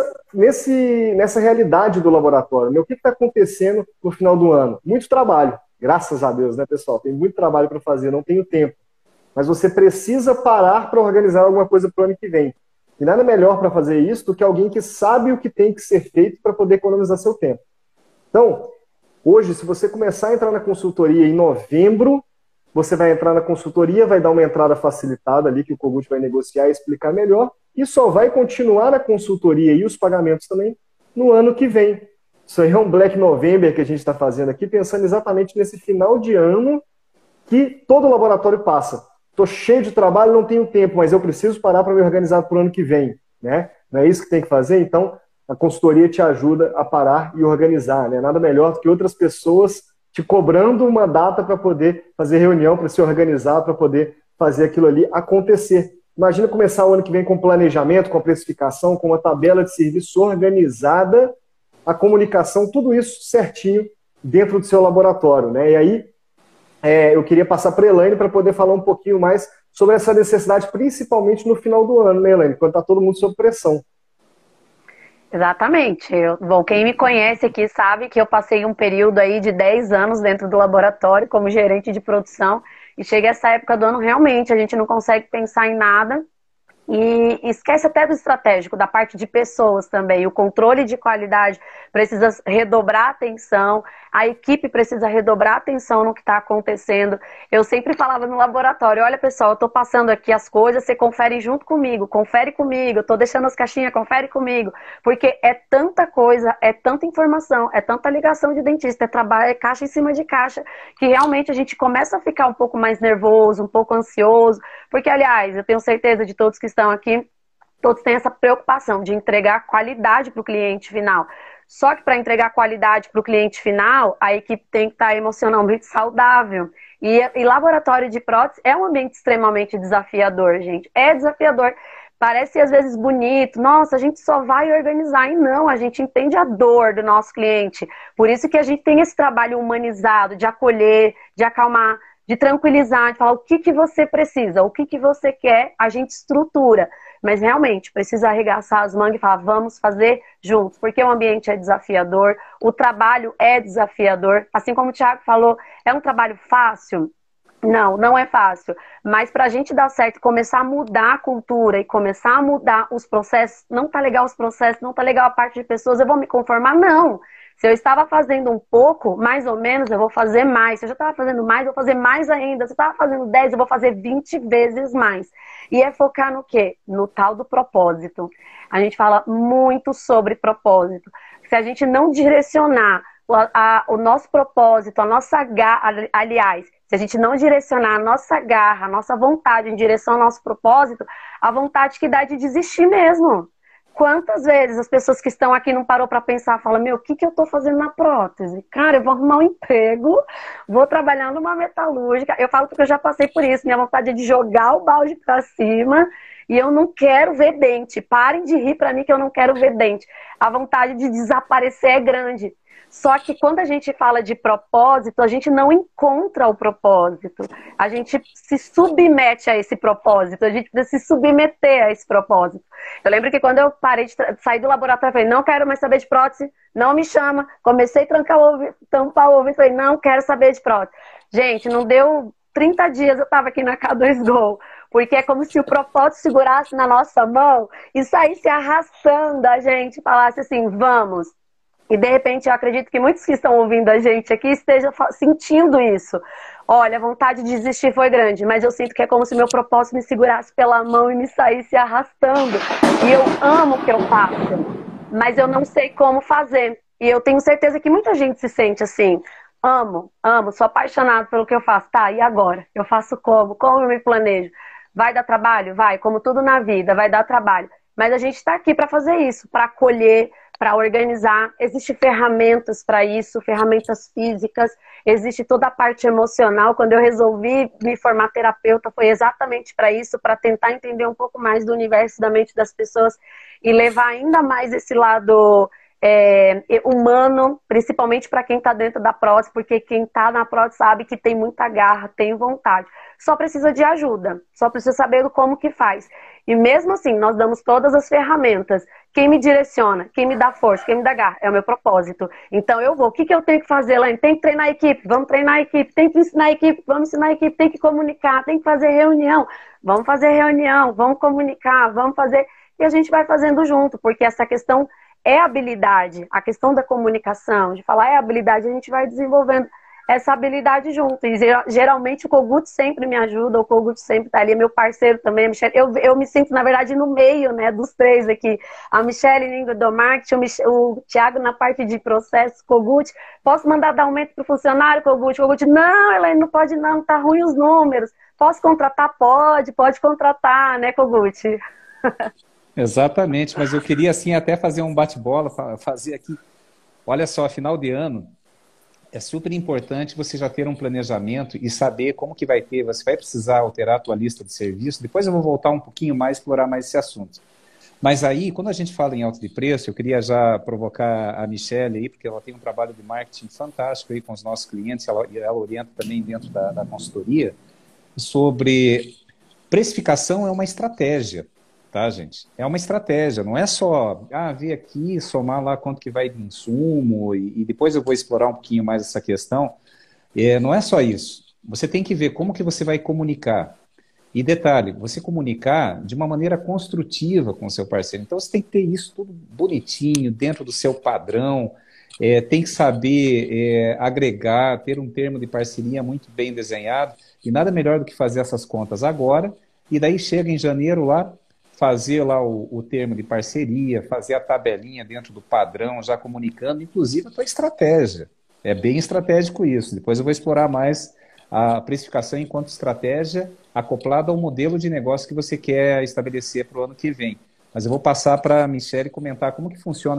B: realidade do laboratório, né? O que está acontecendo no final do ano? Muito trabalho, graças a Deus, né, pessoal? Tem muito trabalho para fazer, não tenho tempo. Mas você precisa parar para organizar alguma coisa para o ano que vem. E nada melhor para fazer isso do que alguém que sabe o que tem que ser feito para poder economizar seu tempo. Então, hoje, se você começar a entrar na consultoria em novembro, você vai entrar na consultoria, vai dar uma entrada facilitada ali, que o Kogut vai negociar e explicar melhor, e só vai continuar na consultoria e os pagamentos também no ano que vem. Isso aí é um Black November que a gente está fazendo aqui, pensando exatamente nesse final de ano que todo laboratório passa. Estou cheio de trabalho, não tenho tempo, mas eu preciso parar para me organizar para o ano que vem, né? Não é isso que tem que fazer? Então, a consultoria te ajuda a parar e organizar, né? Nada melhor do que outras pessoas te cobrando uma data para poder fazer reunião, para se organizar, para poder fazer aquilo ali acontecer. Imagina começar o ano que vem com planejamento, com a precificação, com uma tabela de serviço organizada, a comunicação, tudo isso certinho dentro do seu laboratório, né? E aí, eu queria passar para a Elaine para poder falar um pouquinho mais sobre essa necessidade, principalmente no final do ano, né, Elaine? Quando está todo mundo sob pressão.
D: Exatamente. Bom, quem me conhece aqui sabe que eu passei um período aí de 10 anos dentro do laboratório como gerente de produção e chega essa época do ano, realmente, a gente não consegue pensar em nada e esquece até do estratégico, da parte de pessoas também. O controle de qualidade precisa redobrar a atenção, a equipe precisa redobrar a atenção no que está acontecendo. Eu sempre falava no laboratório: olha, pessoal, eu estou passando aqui as coisas, você confere junto comigo, confere comigo, eu estou deixando as caixinhas, confere comigo, porque é tanta coisa, é tanta informação, é tanta ligação de dentista, é trabalho, é caixa em cima de caixa, que realmente a gente começa a ficar um pouco mais nervoso, um pouco ansioso, porque, aliás, eu tenho certeza de todos que estão aqui, todos têm essa preocupação de entregar qualidade para o cliente final. Só que para entregar qualidade para o cliente final, a equipe tem que estar emocionalmente saudável. E laboratório de prótese é um ambiente extremamente desafiador, gente. É desafiador. Parece às vezes bonito. Nossa, a gente só vai organizar. E não, a gente entende a dor do nosso cliente. Por isso que a gente tem esse trabalho humanizado, de acolher, de acalmar, de tranquilizar, de falar o que você precisa, o que você quer, a gente estrutura. Mas realmente precisa arregaçar as mangas e falar: vamos fazer juntos, porque o ambiente é desafiador, o trabalho é desafiador. Assim como o Thiago falou, é um trabalho fácil? Não, não é fácil. Mas para a gente dar certo, começar a mudar a cultura e começar a mudar os processos, não tá legal os processos, não tá legal a parte de pessoas, eu vou me conformar? Não. Se eu estava fazendo um pouco, mais ou menos, eu vou fazer mais. Se eu já estava fazendo mais, eu vou fazer mais ainda. Se eu estava fazendo 10, eu vou fazer 20 vezes mais. E é focar no quê? No tal do propósito. A gente fala muito sobre propósito. Se a gente não direcionar o nosso propósito, a nossa garra, aliás, se a gente não direcionar a nossa garra, a nossa vontade em direção ao nosso propósito, a vontade que dá de desistir mesmo. quantas vezes as pessoas que estão aqui não parou para pensar, falam, meu, o que eu tô fazendo na prótese? Cara, eu vou arrumar um emprego, vou trabalhar numa metalúrgica. Eu falo porque eu já passei por isso, minha vontade é de jogar o balde para cima e eu não quero ver dente. Parem de rir para mim que eu não quero ver dente. A vontade de desaparecer é grande. Só que quando a gente fala de propósito, a gente não encontra o propósito. A gente se submete a esse propósito. A gente precisa se submeter a esse propósito. Eu lembro que quando eu parei de sair do laboratório, eu falei, não quero mais saber de prótese, não me chama. Comecei a tampar o ouvido, falei, não quero saber de prótese. Gente, não deu 30 dias, eu estava aqui na K2Go. Porque é como se o propósito segurasse na nossa mão e saísse arrastando a gente, falasse assim, vamos. E de repente eu acredito que muitos que estão ouvindo a gente aqui estejam sentindo isso. Olha, a vontade de desistir foi grande, mas eu sinto que é como se meu propósito me segurasse pela mão e me saísse arrastando. E eu amo o que eu faço, mas eu não sei como fazer. E eu tenho certeza que muita gente se sente assim. Amo, sou apaixonado pelo que eu faço. Tá, e agora? Eu faço como? Como eu me planejo? Vai dar trabalho? Vai, como tudo na vida, vai dar trabalho. Mas a gente está aqui para fazer isso, para acolher, para organizar. Existem ferramentas para isso, ferramentas físicas, existe toda a parte emocional. Quando eu resolvi me formar terapeuta, foi exatamente para isso, para tentar entender um pouco mais do universo da mente das pessoas e levar ainda mais esse lado humano, principalmente para quem está dentro da prótese, porque quem está na prótese sabe que tem muita garra, tem vontade. Só precisa de ajuda, só precisa saber como que faz. E mesmo assim, nós damos todas as ferramentas. Quem me direciona, quem me dá força, quem me dá garra, é o meu propósito. Então eu vou. O que eu tenho que fazer lá? Tem que treinar a equipe, vamos treinar a equipe. Tem que ensinar a equipe, vamos ensinar a equipe. Tem que comunicar, tem que fazer reunião. Vamos fazer reunião, vamos comunicar, vamos fazer... E a gente vai fazendo junto, porque essa questão é habilidade. A questão da comunicação, de falar é habilidade, a gente vai desenvolvendo essa habilidade junto. E geralmente o Kogut sempre me ajuda, o Kogut sempre tá ali, é meu parceiro também, a Michelle. Eu me sinto, na verdade, no meio, né, dos três aqui. A Michelle do marketing, o Thiago na parte de processos, Kogut. Posso mandar dar aumento pro funcionário, Kogut? Kogut, não, Elaine, não pode não, tá ruim os números. Posso contratar? Pode contratar, né, Kogut?
A: Exatamente, mas eu queria assim até fazer um bate-bola, fazer aqui. Olha só, final de ano, é super importante você já ter um planejamento e saber como que vai ter, você vai precisar alterar a tua lista de serviços. Depois eu vou voltar um pouquinho mais, explorar mais esse assunto. Mas aí, quando a gente fala em alta de preço, eu queria já provocar a Michelle aí, porque ela tem um trabalho de marketing fantástico aí com os nossos clientes, ela orienta também dentro da consultoria, sobre precificação é uma estratégia. Tá, gente? É uma estratégia, não é só vir aqui, somar lá quanto que vai de insumo e depois eu vou explorar um pouquinho mais essa questão. Não é só isso. Você tem que ver como que você vai comunicar. E detalhe, você comunicar de uma maneira construtiva com o seu parceiro. Então você tem que ter isso tudo bonitinho, dentro do seu padrão, tem que saber agregar, ter um termo de parceria muito bem desenhado e nada melhor do que fazer essas contas agora e daí chega em janeiro lá, fazer lá o termo de parceria, fazer a tabelinha dentro do padrão, já comunicando, inclusive a tua estratégia. É bem estratégico isso. Depois eu vou explorar mais a precificação enquanto estratégia acoplada ao modelo de negócio que você quer estabelecer para o ano que vem. Mas eu vou passar para a Michelle comentar como que funciona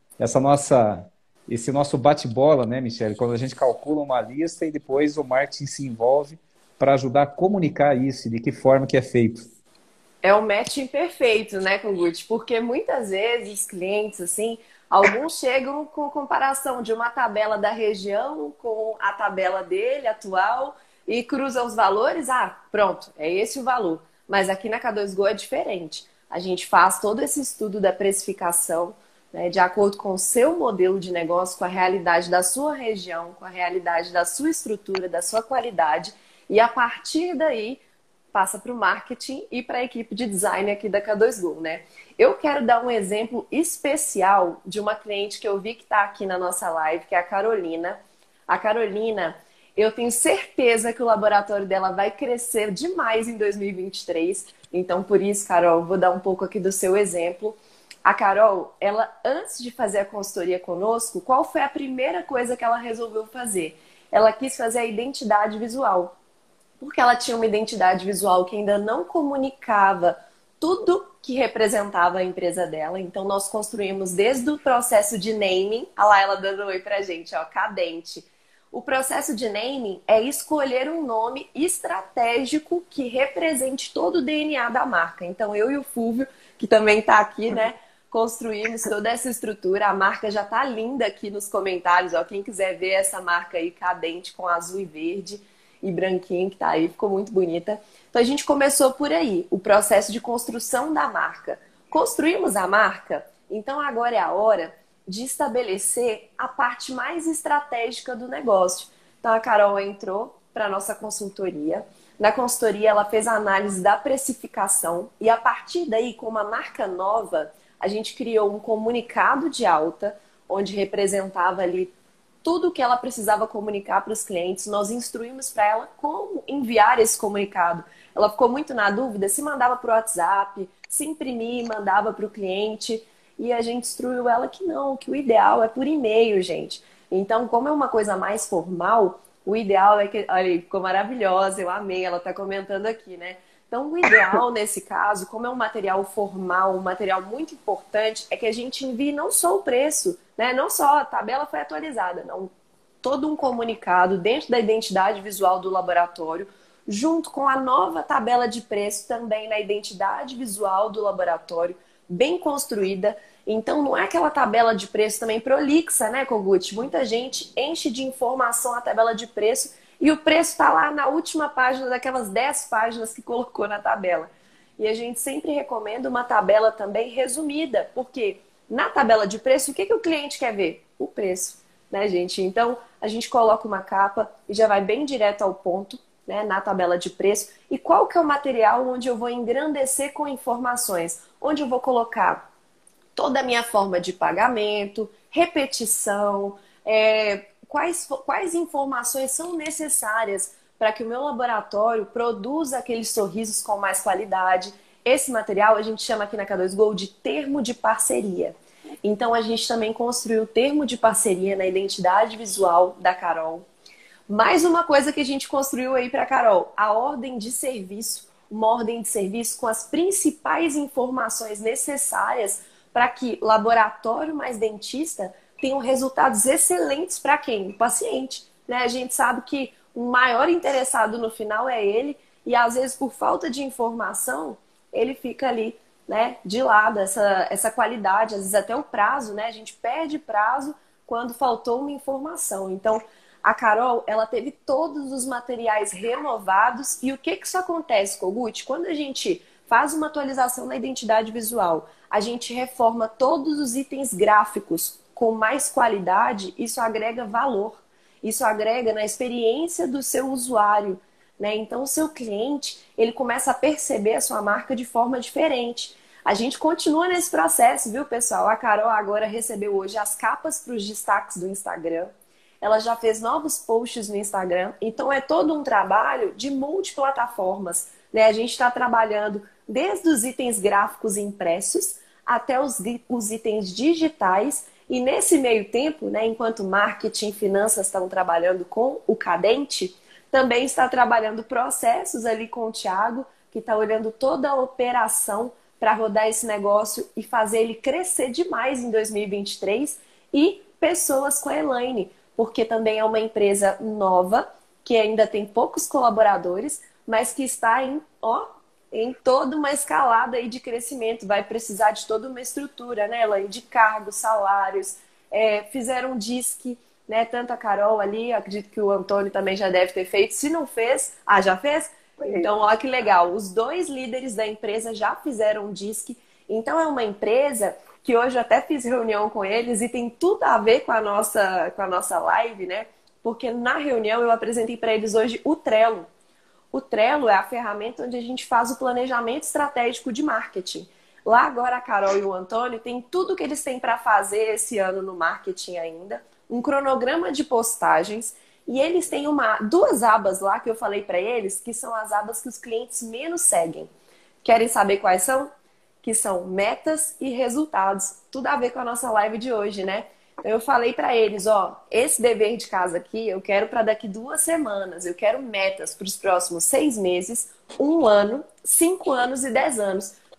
A: esse nosso bate-bola, né, Michelle? Quando a gente calcula uma lista e depois o marketing se envolve para ajudar a comunicar isso, de que forma que é feito.
C: É um matching perfeito, né, Kogut? Porque muitas vezes os clientes, assim, alguns chegam com comparação de uma tabela da região com a tabela dele atual e cruzam os valores. Pronto, é esse o valor. Mas aqui na K2Go é diferente. A gente faz todo esse estudo da precificação, né, de acordo com o seu modelo de negócio, com a realidade da sua região, com a realidade da sua estrutura, da sua qualidade. E a partir daí passa para o marketing e para a equipe de design aqui da K2Go, né? Eu quero dar um exemplo especial de uma cliente que eu vi que está aqui na nossa live, que é a Carolina. A Carolina, eu tenho certeza que o laboratório dela vai crescer demais em 2023. Então, por isso, Carol, vou dar um pouco aqui do seu exemplo. A Carol, ela, antes de fazer a consultoria conosco, qual foi a primeira coisa que ela resolveu fazer? Ela quis fazer a identidade visual. Porque ela tinha uma identidade visual que ainda não comunicava tudo que representava a empresa dela. Então, nós construímos desde o processo de naming, olha lá ela dando oi pra gente, ó, Cadente. O processo de naming é escolher um nome estratégico que represente todo o DNA da marca. Então, eu e o Fúvio, que também está aqui, né, construímos toda essa estrutura. A marca já está linda aqui nos comentários. Ó, quem quiser ver essa marca aí, Cadente, com azul e verde e branquinho, que está aí, ficou muito bonita. Então, a gente começou por aí, o processo de construção da marca. Construímos a marca, então agora é a hora de estabelecer a parte mais estratégica do negócio. Então, a Carol entrou para a nossa consultoria. Na consultoria, ela fez a análise da precificação e, a partir daí, com uma marca nova, a gente criou um comunicado de alta, onde representava ali tudo o que ela precisava comunicar para os clientes. Nós instruímos para ela como enviar esse comunicado. Ela ficou muito na dúvida se mandava para o WhatsApp, se imprimir, mandava para o cliente. E a gente instruiu ela que não, que o ideal é por e-mail, gente. Então, como é uma coisa mais formal, o ideal é que... Olha, ficou maravilhosa, eu amei, ela está comentando aqui, né? Então, o ideal nesse caso, como é um material formal, um material muito importante, é que a gente envie não só o preço, né? Não só a tabela foi atualizada, não. Todo um comunicado dentro da identidade visual do laboratório, junto com a nova tabela de preço também na identidade visual do laboratório, bem construída. Então, não é aquela tabela de preço também prolixa, né, Kogut? Muita gente enche de informação a tabela de preço e o preço está lá na última página daquelas 10 páginas que colocou na tabela. E a gente sempre recomenda uma tabela também resumida, porque na tabela de preço, o que o cliente quer ver? O preço, né, gente? Então, a gente coloca uma capa e já vai bem direto ao ponto, né, na tabela de preço. E qual que é o material onde eu vou engrandecer com informações? Onde eu vou colocar toda a minha forma de pagamento, repetição, quais informações são necessárias para que o meu laboratório produza aqueles sorrisos com mais qualidade. Esse material a gente chama aqui na K2Go de termo de parceria. Então, a gente também construiu o termo de parceria na identidade visual da Carol. Mais uma coisa que a gente construiu aí para a Carol, a ordem de serviço, uma ordem de serviço com as principais informações necessárias para que laboratório mais dentista tenham resultados excelentes para quem? O paciente, né? A gente sabe que o maior interessado no final é ele e às vezes por falta de informação ele fica ali, né, de lado, essa qualidade, às vezes até o prazo, né? A gente perde prazo quando faltou uma informação. Então, a Carol, ela teve todos os materiais renovados. E o que isso acontece, Kogut? Quando a gente faz uma atualização na identidade visual, a gente reforma todos os itens gráficos com mais qualidade, isso agrega valor. Isso agrega na experiência do seu usuário, né? Então, o seu cliente, ele começa a perceber a sua marca de forma diferente. A gente continua nesse processo, viu, pessoal? A Carol agora recebeu hoje as capas para os destaques do Instagram. Ela já fez novos posts no Instagram. Então, é todo um trabalho de multiplataformas, né? A gente está trabalhando desde os itens gráficos impressos até os itens digitais. E nesse meio tempo, né, enquanto marketing e finanças estão trabalhando com o Cadente, também está trabalhando processos ali com o Thiago, que está olhando toda a operação para rodar esse negócio e fazer ele crescer demais em 2023. E pessoas com a Elaine, porque também é uma empresa nova, que ainda tem poucos colaboradores, mas que está em toda uma escalada aí de crescimento. Vai precisar de toda uma estrutura, né, Elaine? De cargos, salários. Fizeram um DISC, né? Tanto a Carol ali, acredito que o Antônio também já deve ter feito. Se não fez, já fez? Então, olha que legal. Os 2 líderes da empresa já fizeram um DISC. Então, é uma empresa que hoje eu até fiz reunião com eles e tem tudo a ver com a nossa live, né? Porque na reunião eu apresentei para eles hoje o Trello. O Trello é a ferramenta onde a gente faz o planejamento estratégico de marketing. Lá agora a Carol e o Antônio têm tudo que eles têm para fazer esse ano no marketing ainda, um cronograma de postagens e eles têm 2 abas lá que eu falei para eles, que são as abas que os clientes menos seguem. Querem saber quais são? Que são metas e resultados. Tudo a ver com a nossa live de hoje, né? Eu falei para eles, esse dever de casa aqui eu quero para daqui 2 semanas. Eu quero metas para os próximos 6 meses, 1 ano, 5 anos e 10 anos.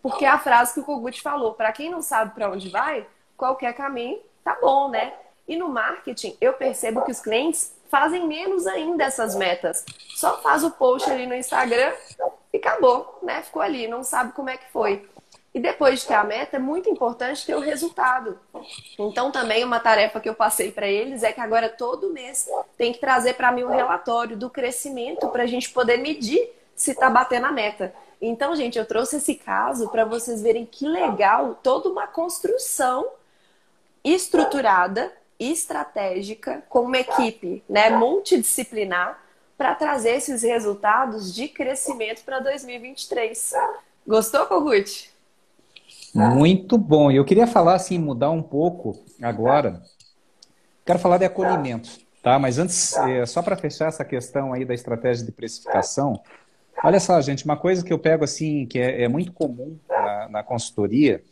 C: Porque a frase que o Kogut falou, para quem não sabe para onde vai, qualquer caminho tá bom, né? E no marketing, eu percebo que os clientes fazem menos ainda essas metas. Só faz o post ali no Instagram e acabou, né? Ficou ali, não sabe como é que foi. E depois de ter a meta, é muito importante ter o resultado. Então, também uma tarefa que eu passei para eles é que agora todo mês tem que trazer para mim um relatório do crescimento para a gente poder medir se está batendo a meta. Então, gente, eu trouxe esse caso para vocês verem que legal, toda uma construção estruturada, estratégica, com uma equipe, né, multidisciplinar para trazer esses resultados de crescimento para 2023. Gostou, Kogut?
A: Muito bom. E eu queria falar, assim, mudar um pouco agora. Quero falar de acolhimento, tá? Mas antes, só para fechar essa questão aí da estratégia de precificação, olha só, gente, uma coisa que eu pego, assim, que é muito comum na consultoria,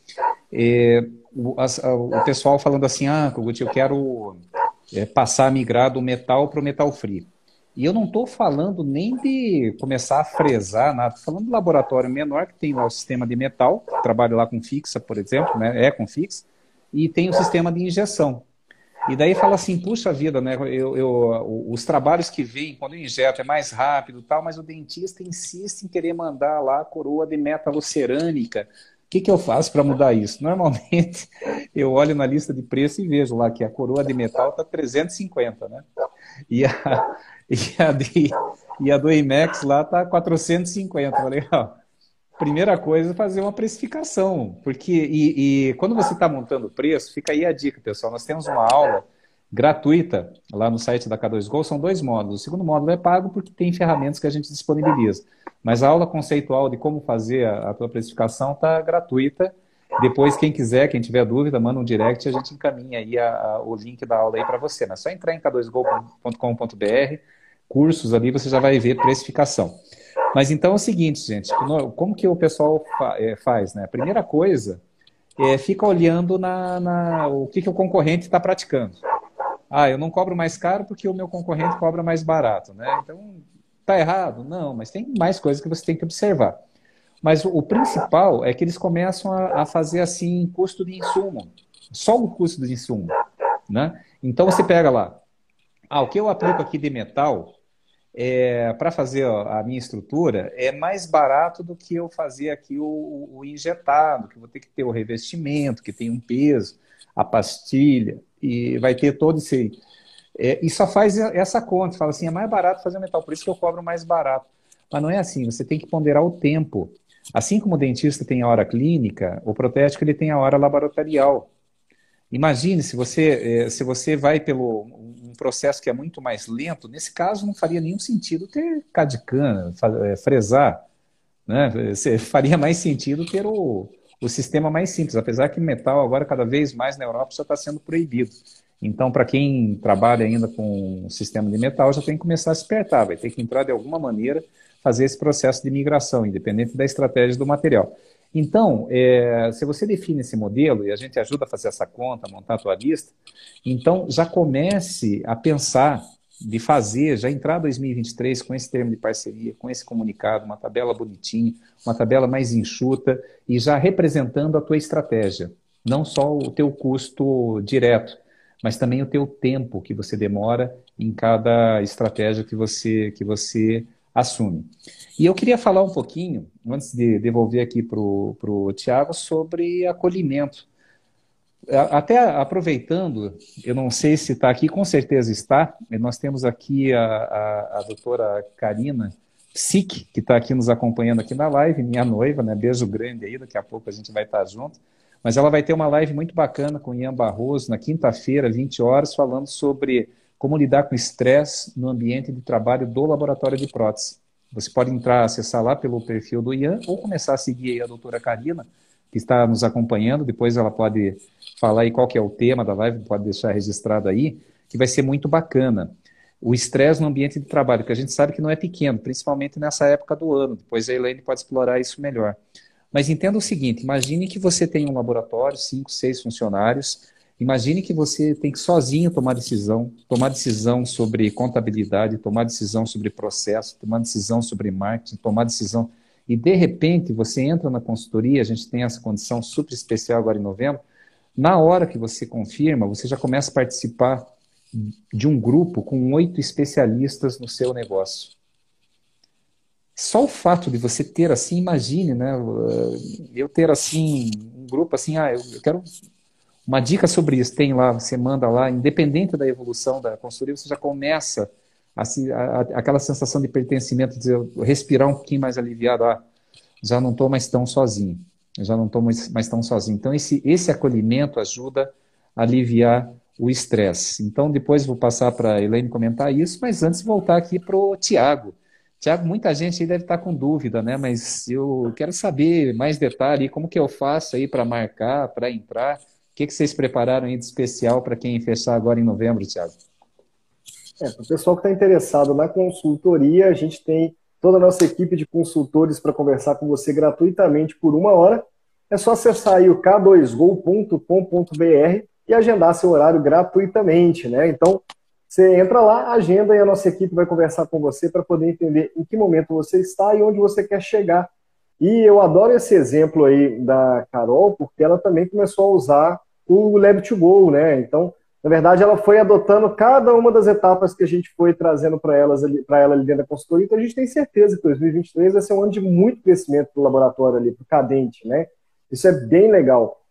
A: o pessoal falando assim, Kogut, eu quero passar a migrar do metal para o metal free. E eu não estou falando nem de começar a fresar nada, estou falando do laboratório menor que tem lá o sistema de metal, que trabalha lá com fixa, por exemplo, né? Com fixa, e tem o sistema de injeção. E daí fala assim, puxa vida, né? Os trabalhos que vêm quando eu injeto é mais rápido e tal, mas o dentista insiste em querer mandar lá a coroa de metalocerâmica. O que eu faço para mudar isso? Normalmente, eu olho na lista de preço e vejo lá que a coroa de metal está 350, né? E a do IMEX lá está 450. Falei, primeira coisa é fazer uma precificação, porque quando você está montando o preço, fica aí a dica, pessoal. Nós temos uma aula gratuita lá no site da K2Go, são 2 módulos. O segundo módulo é pago porque tem ferramentas que a gente disponibiliza. Mas a aula conceitual de como fazer a tua precificação está gratuita. Depois, quem quiser, quem tiver dúvida, manda um direct e a gente encaminha aí o link da aula aí para você. Mas é só entrar em k2go.com.br, cursos ali, você já vai ver precificação. Mas então é o seguinte, gente, como que o pessoal faz, né? A primeira coisa fica olhando o que o concorrente está praticando. Eu não cobro mais caro porque o meu concorrente cobra mais barato, né? Então, tá errado? Não, mas tem mais coisas que você tem que observar. Mas o principal é que eles começam a fazer assim custo de insumo, só o custo de insumo, né? Então você pega lá, o que eu aplico aqui de metal para fazer a minha estrutura é mais barato do que eu fazer aqui o injetado, que eu vou ter que ter o revestimento, que tem um peso, a pastilha, e vai ter todo esse... e só faz essa conta, fala assim, é mais barato fazer metal, por isso que eu cobro mais barato. Mas não é assim, você tem que ponderar o tempo. Assim como o dentista tem a hora clínica, o protético ele tem a hora laboratorial. Imagine se você vai pelo um processo que é muito mais lento, nesse caso não faria nenhum sentido ter CAD/CAM, fresar, né? Faria mais sentido ter o sistema mais simples, apesar que metal agora cada vez mais na Europa já está sendo proibido. Então, para quem trabalha ainda com o sistema de metal, já tem que começar a se despertar, vai ter que entrar de alguma maneira, fazer esse processo de migração, independente da estratégia do material. Então, se você define esse modelo, e a gente ajuda a fazer essa conta, a montar a tua lista, então já comece a pensar de fazer, já entrar 2023 com esse termo de parceria, com esse comunicado, uma tabela bonitinha, uma tabela mais enxuta, e já representando a tua estratégia, não só o teu custo direto, mas também o teu tempo que você demora em cada estratégia que você assume. E eu queria falar um pouquinho, antes de devolver aqui para o Thiago, sobre acolhimento. Até aproveitando, eu não sei se está aqui, com certeza está, nós temos aqui a doutora Karina Psic, que está aqui nos acompanhando aqui na live, minha noiva, né? Beijo grande aí, daqui a pouco a gente vai estar junto. Mas ela vai ter uma live muito bacana com o Ian Barroso, na quinta-feira, 20 horas, falando sobre como lidar com estresse no ambiente de trabalho do laboratório de prótese. Você pode entrar, acessar lá pelo perfil do Ian, ou começar a seguir aí a doutora Karina, que está nos acompanhando. Depois ela pode falar aí qual que é o tema da live, pode deixar registrado aí, que vai ser muito bacana. O estresse no ambiente de trabalho, que a gente sabe que não é pequeno, principalmente nessa época do ano. Depois a Elaine pode explorar isso melhor. Mas entenda o seguinte, imagine que você tem um laboratório, 5, 6 funcionários, imagine que você tem que sozinho tomar decisão sobre contabilidade, tomar decisão sobre processo, tomar decisão sobre marketing, tomar decisão... e de repente você entra na consultoria, a gente tem essa condição super especial agora em novembro, na hora que você confirma, você já começa a participar de um grupo com 8 especialistas no seu negócio. Só o fato de você ter assim, imagine, né? Eu ter assim, um grupo assim, eu quero uma dica sobre isso, tem lá, você manda lá, independente da evolução da consultoria, você já começa aquela sensação de pertencimento, de respirar um pouquinho mais aliviado, já não estou mais tão sozinho, já não estou mais tão sozinho. Então, esse acolhimento ajuda a aliviar o estresse. Então, depois vou passar para a Elaine comentar isso, mas antes voltar aqui para o Tiago. Tiago, muita gente aí deve estar com dúvida, né? Mas eu quero saber mais detalhe, como que eu faço aí para marcar, para entrar? O que vocês prepararam aí de especial para quem fechar agora em novembro, Tiago?
B: Para o pessoal que está interessado na consultoria, a gente tem toda a nossa equipe de consultores para conversar com você gratuitamente por 1 hora. É só acessar aí o k2go.com.br e agendar seu horário gratuitamente, né? Então, você entra lá, agenda e a nossa equipe vai conversar com você para poder entender em que momento você está e onde você quer chegar. E eu adoro esse exemplo aí da Carol, porque ela também começou a usar o Lab2Go, né? Então, na verdade, ela foi adotando cada uma das etapas que a gente foi trazendo para ela ali dentro da consultoria. Então, a gente tem certeza que 2023 vai ser um ano de muito crescimento para o laboratório ali, para o Cadente, né? Isso é bem legal.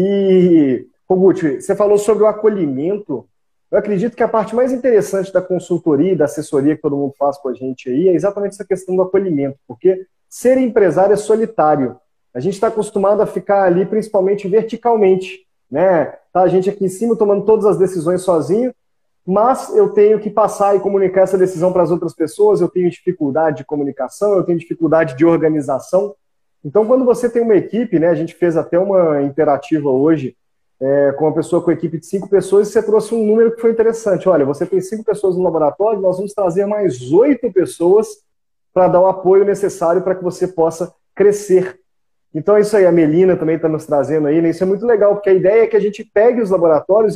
B: E, Kogut, você falou sobre o acolhimento. Eu acredito que a parte mais interessante da consultoria e da assessoria que todo mundo faz com a gente aí é exatamente essa questão do acolhimento, porque ser empresário é solitário. A gente está acostumado a ficar ali principalmente verticalmente, né? Tá a gente aqui em cima tomando todas as decisões sozinho, mas eu tenho que passar e comunicar essa decisão para as outras pessoas, eu tenho dificuldade de comunicação, eu tenho dificuldade de organização. Então, quando você tem uma equipe, né? A gente fez até uma interativa hoje com uma pessoa com uma equipe de 5 pessoas, e você trouxe um número que foi interessante. Olha, você tem 5 pessoas no laboratório, nós vamos trazer mais 8 pessoas para dar o apoio necessário para que você possa crescer. Então é isso aí, a Melina também está nos trazendo aí, né? Isso é muito legal, porque a ideia é que a gente pegue os laboratórios e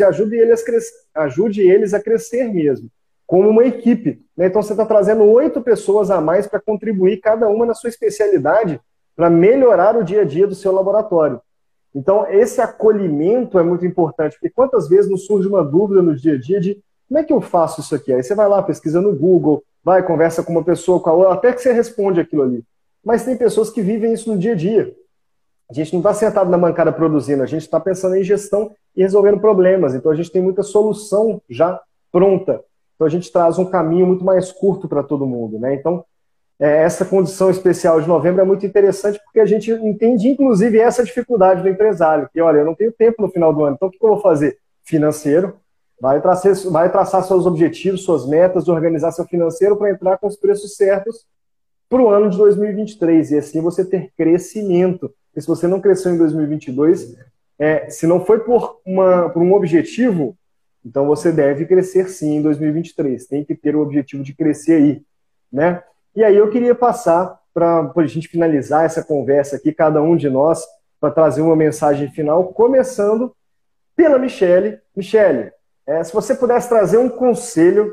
B: ajude eles a crescer mesmo, como uma equipe, né? Então você está trazendo 8 pessoas a mais para contribuir, cada uma na sua especialidade, para melhorar o dia a dia do seu laboratório. Então esse acolhimento é muito importante, porque quantas vezes nos surge uma dúvida no dia a dia de como é que eu faço isso aqui? Aí você vai lá, pesquisa no Google, vai, conversa com uma pessoa, com a outra, até que você responde aquilo ali. Mas tem pessoas que vivem isso no dia a dia. A gente não está sentado na bancada produzindo, a gente está pensando em gestão e resolvendo problemas. Então a gente tem muita solução já pronta. Então a gente traz um caminho muito mais curto para todo mundo, né? Então essa condição especial de novembro é muito interessante porque a gente entende inclusive essa dificuldade do empresário, que olha, eu não tenho tempo no final do ano, então o que eu vou fazer? Financeiro, vai traçar seus objetivos, suas metas, organizar seu financeiro para entrar com os preços certos para o ano de 2023 e assim você ter crescimento. E se você não cresceu em 2022, se não foi por um objetivo, então você deve crescer sim em 2023. Tem que ter o objetivo de crescer aí, né? E aí eu queria passar para a gente finalizar essa conversa aqui, cada um de nós, para trazer uma mensagem final, começando pela Michele. Michele, se você pudesse trazer um conselho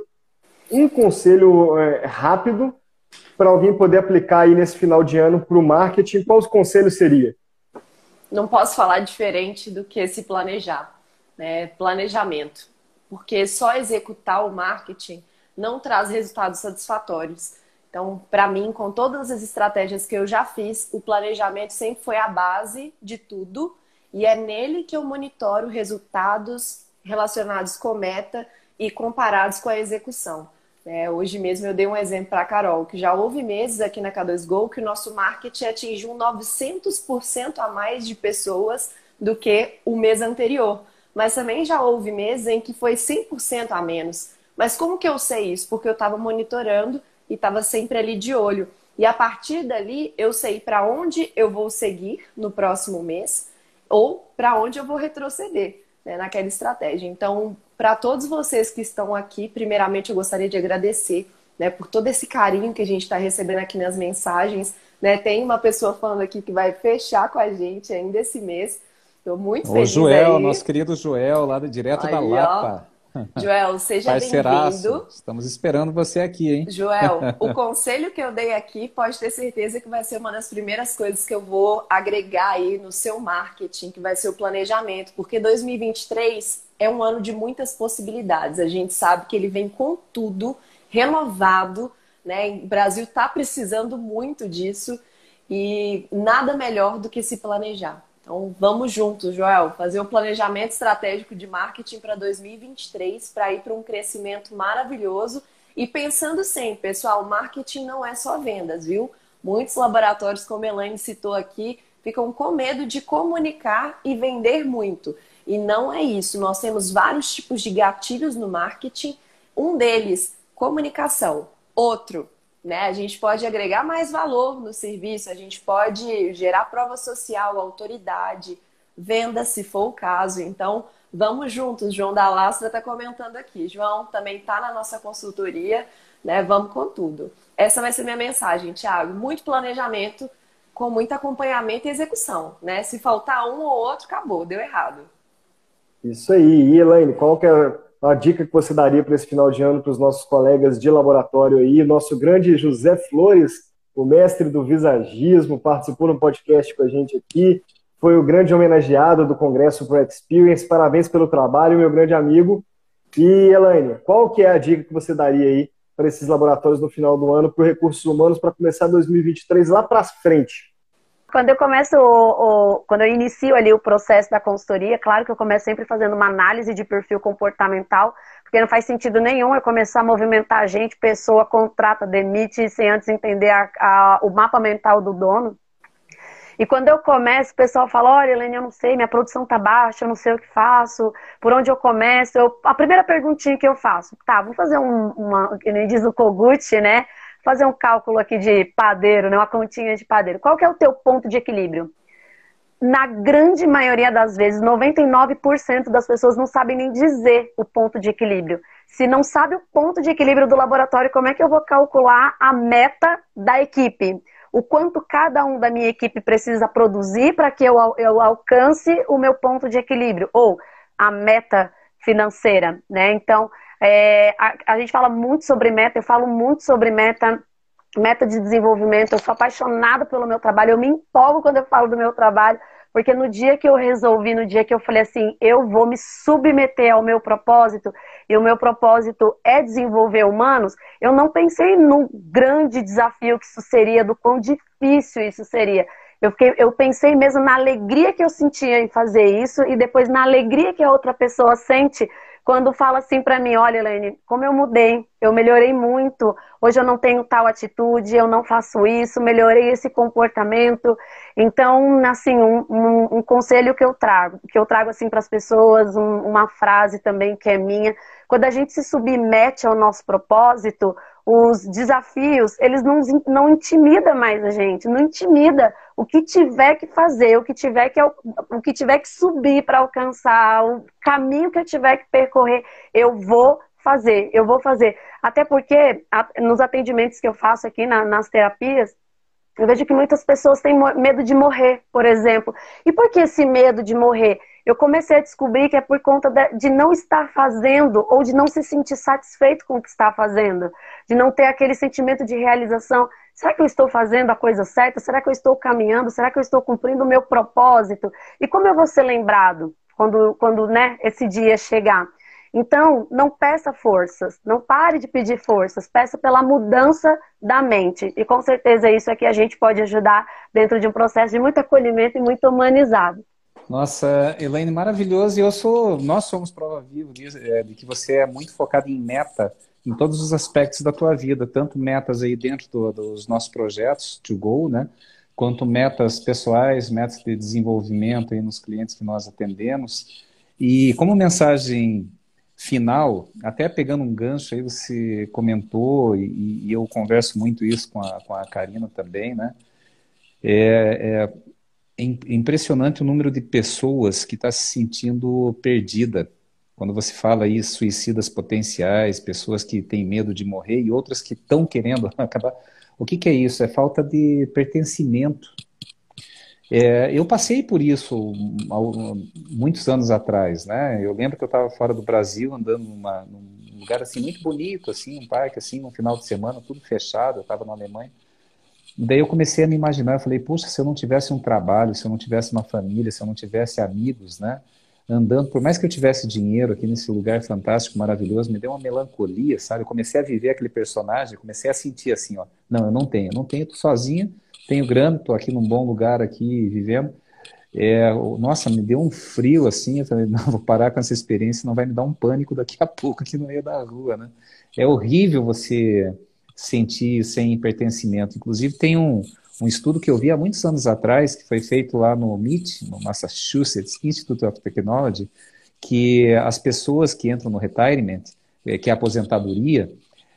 B: rápido para alguém poder aplicar aí nesse final de ano para o marketing, qual os conselhos seria?
C: Não posso falar diferente do que se planejar, né? Planejamento. Porque só executar o marketing não traz resultados satisfatórios. Então, para mim, com todas as estratégias que eu já fiz, o planejamento sempre foi a base de tudo e é nele que eu monitoro resultados relacionados com meta e comparados com a execução. Hoje mesmo eu dei um exemplo para a Carol, que já houve meses aqui na K2Go que o nosso marketing atingiu 900% a mais de pessoas do que o mês anterior. Mas também já houve meses em que foi 100% a menos. Mas como que eu sei isso? Porque eu estava monitorando e estava sempre ali de olho. E a partir dali eu sei para onde eu vou seguir no próximo mês ou para onde eu vou retroceder, né, naquela estratégia. Então, para todos vocês que estão aqui, primeiramente eu gostaria de agradecer, né, por todo esse carinho que a gente está recebendo aqui nas mensagens. Né? Tem uma pessoa falando aqui que vai fechar com a gente ainda esse mês. Estou muito feliz.
A: O Joel,
C: aí.
A: nosso querido Joel, lá direto
C: aí,
A: da Lapa.
C: Joel, seja
A: Parceiraço,
C: bem-vindo.
A: estamos esperando você aqui, hein?
C: Joel, o conselho que eu dei aqui pode ter certeza que vai ser uma das primeiras coisas que eu vou agregar aí no seu marketing, que vai ser o planejamento, porque 2023 é um ano de muitas possibilidades. A gente sabe que ele vem com tudo, renovado, né? O Brasil está precisando muito disso e nada melhor do que se planejar. Então, vamos juntos, Joel, fazer um planejamento estratégico de marketing para 2023 para ir para um crescimento maravilhoso. E pensando sempre, pessoal, marketing não é só vendas, viu? Muitos laboratórios, como a Elaine citou aqui, ficam com medo de comunicar e vender muito. E não é isso. Nós temos vários tipos de gatilhos no marketing. Um deles, comunicação. Outro, né? A gente pode agregar mais valor no serviço, a gente pode gerar prova social, autoridade, venda, se for o caso. Então, vamos juntos. João da Lastra está comentando aqui. João também está na nossa consultoria, né? Vamos com tudo. Essa vai ser minha mensagem, Thiago. Muito planejamento, com muito acompanhamento e execução, né? Se faltar um ou outro, acabou, deu errado.
B: Isso aí. E, Elaine, qual que é a dica que você daria para esse final de ano para os nossos colegas de laboratório aí? Nosso grande José Flores, o mestre do visagismo, participou no podcast com a gente aqui, foi o grande homenageado do Congresso Pro Experience. Parabéns pelo trabalho, meu grande amigo. E, Elaine, qual que é a dica que você daria aí para esses laboratórios no final do ano, para os recursos humanos, para começar 2023 lá para frente?
D: Quando eu começo, quando eu inicio ali o processo da consultoria, claro que eu começo sempre fazendo uma análise de perfil comportamental, porque não faz sentido nenhum eu começar a movimentar a gente, pessoa, contrata, demite, sem antes entender o mapa mental do dono. E quando eu começo, o pessoal fala, olha, Elaine, eu não sei, minha produção tá baixa, eu não sei o que faço, por onde eu começo? A primeira perguntinha que eu faço, tá, vamos fazer que nem diz o Kogut, né? Fazer um cálculo aqui de padeiro, né? Uma continha de padeiro. Qual que é o teu ponto de equilíbrio? Na grande maioria das vezes, 99% das pessoas não sabem nem dizer o ponto de equilíbrio. Se não sabe o ponto de equilíbrio do laboratório, como é que eu vou calcular a meta da equipe? O quanto cada um da minha equipe precisa produzir para que eu alcance o meu ponto de equilíbrio? Ou a meta financeira, né? Então, a gente fala muito sobre meta, eu falo muito sobre meta de desenvolvimento, eu sou apaixonada pelo meu trabalho, eu me empolgo quando eu falo do meu trabalho, porque no dia que eu resolvi, no dia que eu falei assim, eu vou me submeter ao meu propósito, e o meu propósito é desenvolver humanos, eu não pensei no grande desafio que isso seria, do quão difícil isso seria. Eu pensei mesmo na alegria que eu sentia em fazer isso, e depois na alegria que a outra pessoa sente quando fala assim pra mim, olha, Elaine, como eu mudei, eu melhorei muito, hoje eu não tenho tal atitude, eu não faço isso, melhorei esse comportamento. Então, assim, um conselho que eu trago assim para as pessoas, uma frase também que é minha, quando a gente se submete ao nosso propósito, os desafios, eles não intimidam mais a gente, não intimida. O que tiver que fazer, o que tiver que subir para alcançar, o caminho que eu tiver que percorrer, eu vou fazer. Até porque nos atendimentos que eu faço aqui nas terapias, eu vejo que muitas pessoas têm medo de morrer, por exemplo. E por que esse medo de morrer? Eu comecei a descobrir que é por conta de não estar fazendo ou de não se sentir satisfeito com o que está fazendo, de não ter aquele sentimento de realização. Será que eu estou fazendo a coisa certa? Será que eu estou caminhando? Será que eu estou cumprindo o meu propósito? E como eu vou ser lembrado quando né, esse dia chegar? Então, não peça forças, não pare de pedir forças, peça pela mudança da mente. E com certeza isso é que a gente pode ajudar dentro de um processo de muito acolhimento e muito humanizado.
A: Nossa, Elaine, maravilhoso. E nós somos prova viva de que você é muito focada em meta em todos os aspectos da tua vida, tanto metas aí dentro dos nossos projetos, to go, né? Quanto metas pessoais, metas de desenvolvimento aí nos clientes que nós atendemos. E como mensagem final, até pegando um gancho aí, você comentou, e eu converso muito isso com a Karina também, né? É impressionante o número de pessoas que está se sentindo perdida. Quando você fala aí, suicidas potenciais, pessoas que têm medo de morrer e outras que estão querendo acabar. O que é isso? É falta de pertencimento. Eu passei por isso muitos anos atrás, né? Eu lembro que eu estava fora do Brasil, andando num lugar assim muito bonito, assim, um parque assim, num final de semana, tudo fechado. Eu estava na Alemanha. Daí eu comecei a me imaginar, eu falei, puxa, se eu não tivesse um trabalho, se eu não tivesse uma família, se eu não tivesse amigos, né? Andando, por mais que eu tivesse dinheiro aqui nesse lugar fantástico, maravilhoso, me deu uma melancolia, sabe? Eu comecei a viver aquele personagem, comecei a sentir assim, ó, não, eu não tenho, tô sozinha, tenho grana, tô aqui num bom lugar aqui, vivendo. Nossa, me deu um frio assim, eu falei, não, vou parar com essa experiência, não vai me dar um pânico daqui a pouco aqui no meio da rua, né? É horrível você sentir sem pertencimento. Inclusive, tem um estudo que eu vi há muitos anos atrás, que foi feito lá no MIT, no Massachusetts Institute of Technology, que as pessoas que entram no retirement, que é a aposentadoria,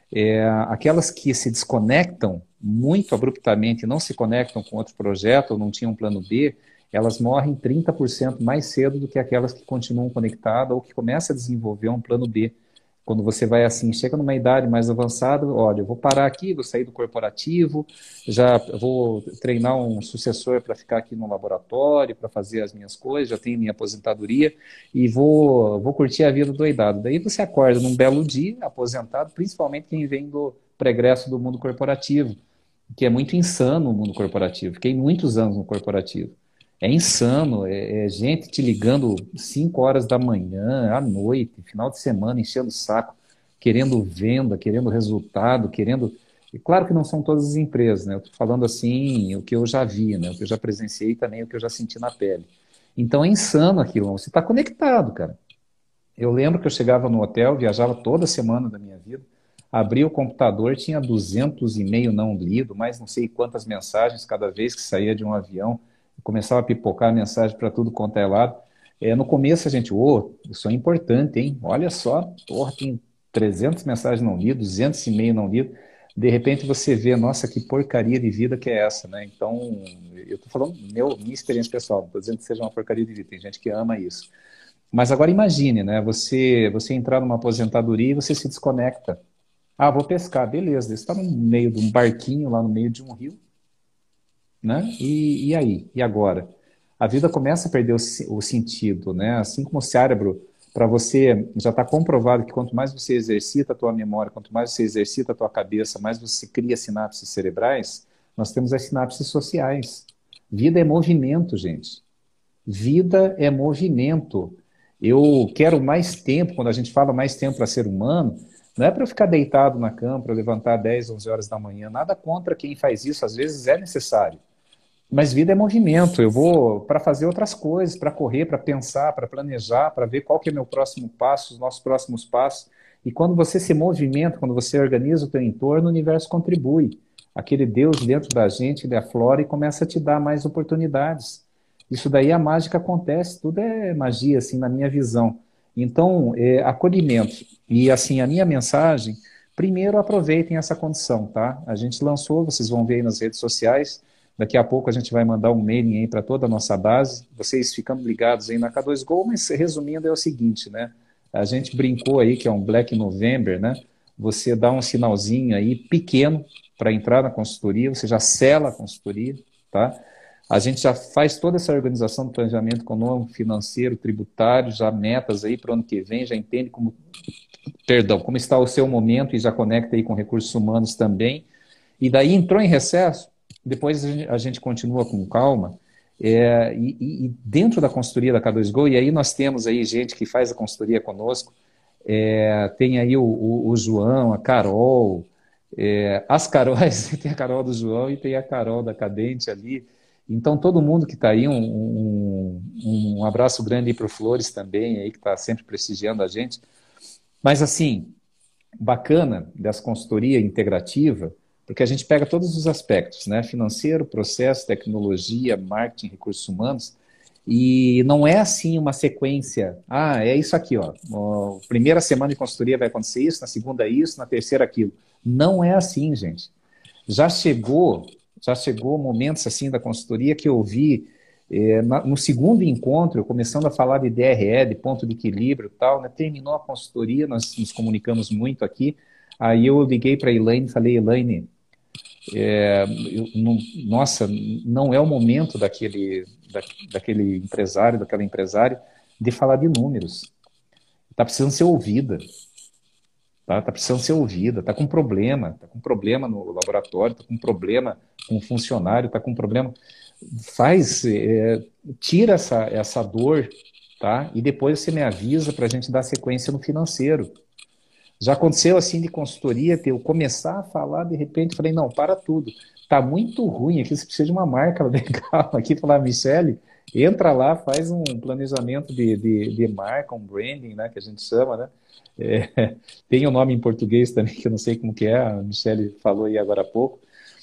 A: aquelas que se desconectam muito abruptamente, não se conectam com outro projeto ou não tinham um plano B, elas morrem 30% mais cedo do que aquelas que continuam conectadas ou que começam a desenvolver um plano B. Quando você vai assim, chega numa idade mais avançada, olha, eu vou parar aqui, vou sair do corporativo, já vou treinar um sucessor para ficar aqui no laboratório, para fazer as minhas coisas, já tenho minha aposentadoria e vou curtir a vida doidado. Daí você acorda num belo dia, aposentado, principalmente quem vem do pregresso do mundo corporativo, que é muito insano o mundo corporativo. Fiquei muitos anos no corporativo. É insano, é gente te ligando 5 horas da manhã, à noite, final de semana, enchendo o saco, querendo venda, querendo resultado, querendo. E claro que não são todas as empresas, né? Eu estou falando assim, o que eu já vi, né? O que eu já presenciei também, o que eu já senti na pele. Então é insano aquilo, você está conectado, cara. Eu lembro que eu chegava no hotel, viajava toda semana da minha vida, abria o computador, tinha 200 e-mail não lido, mais não sei quantas mensagens cada vez que saía de um avião, começava a pipocar mensagem para tudo quanto é lado. No começo a gente, isso é importante, hein? Olha só, porra, tem 300 mensagens não lidas, 200 e-mail não lido. De repente você vê, nossa, que porcaria de vida que é essa, né? Então, eu estou falando minha experiência pessoal, não estou dizendo que seja uma porcaria de vida, tem gente que ama isso. Mas agora imagine, né? Você entrar numa aposentadoria e você se desconecta. Ah, vou pescar, beleza. Você está no meio de um barquinho, lá no meio de um rio, né? E aí? E agora? A vida começa a perder o sentido, né? Assim como o cérebro, para você, já está comprovado que quanto mais você exercita a tua memória, quanto mais você exercita a tua cabeça, mais você cria sinapses cerebrais, nós temos as sinapses sociais. Vida é movimento, gente. Vida é movimento. Eu quero mais tempo, quando a gente fala mais tempo para ser humano, não é para eu ficar deitado na cama, para levantar 10, 11 horas da manhã. Nada contra quem faz isso, às vezes é necessário. Mas vida é movimento. Eu vou para fazer outras coisas, para correr, para pensar, para planejar, para ver qual que é meu próximo passo, os nossos próximos passos. E quando você se movimenta, quando você organiza o teu entorno, o universo contribui. Aquele Deus dentro da gente, ele aflora e começa a te dar mais oportunidades. Isso daí a mágica acontece, tudo é magia, assim, na minha visão. Então, acolhimento. E, assim, a minha mensagem, primeiro aproveitem essa condição, tá? A gente lançou, vocês vão ver aí nas redes sociais, daqui a pouco a gente vai mandar um mailing aí para toda a nossa base, vocês ficando ligados aí na K2Go, mas resumindo é o seguinte, né? A gente brincou aí que é um Black November, né? Você dá um sinalzinho aí pequeno para entrar na consultoria, você já sela a consultoria, tá? A gente já faz toda essa organização do planejamento econômico, financeiro, tributário, já metas aí para o ano que vem, já entende como está o seu momento e já conecta aí com recursos humanos também. E daí entrou em recesso, depois a gente continua com calma, e dentro da consultoria da K2Go, e aí nós temos aí gente que faz a consultoria conosco, tem aí o João, a Carol, as Caróis, tem a Carol do João e tem a Carol da Cadente ali. Então, todo mundo que está aí, um abraço grande para o Flores também, aí, que está sempre prestigiando a gente. Mas, assim, bacana dessa consultoria integrativa, porque a gente pega todos os aspectos, né? Financeiro, processo, tecnologia, marketing, recursos humanos, e não é assim uma sequência. Ah, é isso aqui, ó. Primeira semana de consultoria vai acontecer isso, na segunda isso, na terceira aquilo. Não é assim, gente. Já chegou momentos assim da consultoria que eu vi no segundo encontro, começando a falar de DRE, de ponto de equilíbrio e tal, né? Terminou a consultoria, nós nos comunicamos muito aqui, aí eu liguei para a Elaine e falei, Elaine, Nossa, não é o momento daquele empresário, daquela empresária, de falar de números. Está precisando ser ouvida. Tá precisando ser ouvida, tá com problema no laboratório, tá com problema com o funcionário, tá com problema. Tira essa dor, tá? E depois você me avisa para a gente dar sequência no financeiro. Já aconteceu assim de consultoria, eu começar a falar, de repente, falei, não, para tudo. Tá muito ruim aqui, você precisa de uma marca legal aqui, falar, Michele, entra lá, faz um planejamento de marca, um branding, né, que a gente chama, né? Tem um nome em português também, que eu não sei como que é, a Michele falou aí agora há pouco.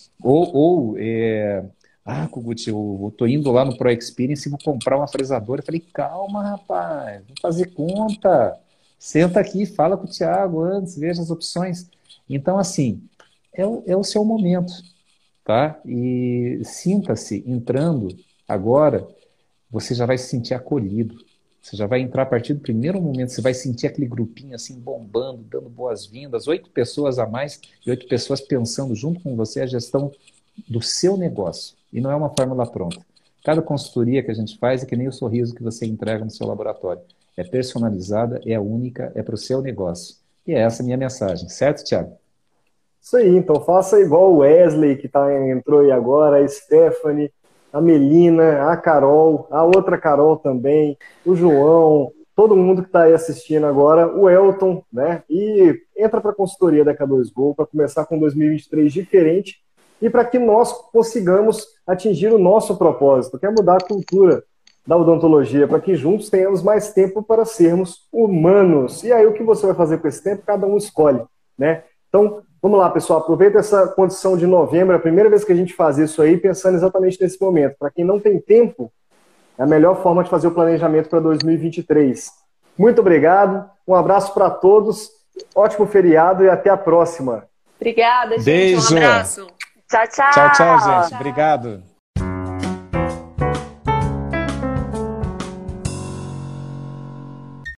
A: Kogut, eu tô indo lá no Pro Experience e vou comprar uma fresadora. Eu falei, calma, rapaz, vou fazer conta. Senta aqui, fala com o Thiago antes, veja as opções. Então, assim, é o seu momento, tá? E sinta-se entrando agora, você já vai se sentir acolhido. Você já vai entrar a partir do primeiro momento, você vai sentir aquele grupinho assim bombando, dando boas-vindas, 8 pessoas a mais e 8 pessoas pensando junto com você a gestão do seu negócio. E não é uma fórmula pronta. Cada consultoria que a gente faz é que nem o sorriso que você entrega no seu laboratório. É personalizada, é única, é para o seu negócio. E é essa a minha mensagem, certo, Thiago?
B: Isso aí, então faça igual o Wesley, que entrou aí agora, a Stephanie, a Melina, a Carol, a outra Carol também, o João, todo mundo que está aí assistindo agora, o Elton, né? E entra para a consultoria da K2Go para começar com 2023 diferente e para que nós consigamos atingir o nosso propósito, que é mudar a cultura da odontologia, para que juntos tenhamos mais tempo para sermos humanos. E aí o que você vai fazer com esse tempo, cada um escolhe, né? Então, vamos lá, pessoal, aproveita essa condição de novembro, é a primeira vez que a gente faz isso aí, pensando exatamente nesse momento. Para quem não tem tempo, é a melhor forma de fazer o planejamento para 2023. Muito obrigado, um abraço para todos, ótimo feriado e até a próxima.
C: Obrigada, gente.
A: Beijo.
C: Um abraço.
D: Tchau, tchau.
A: Tchau, tchau, gente. Obrigado.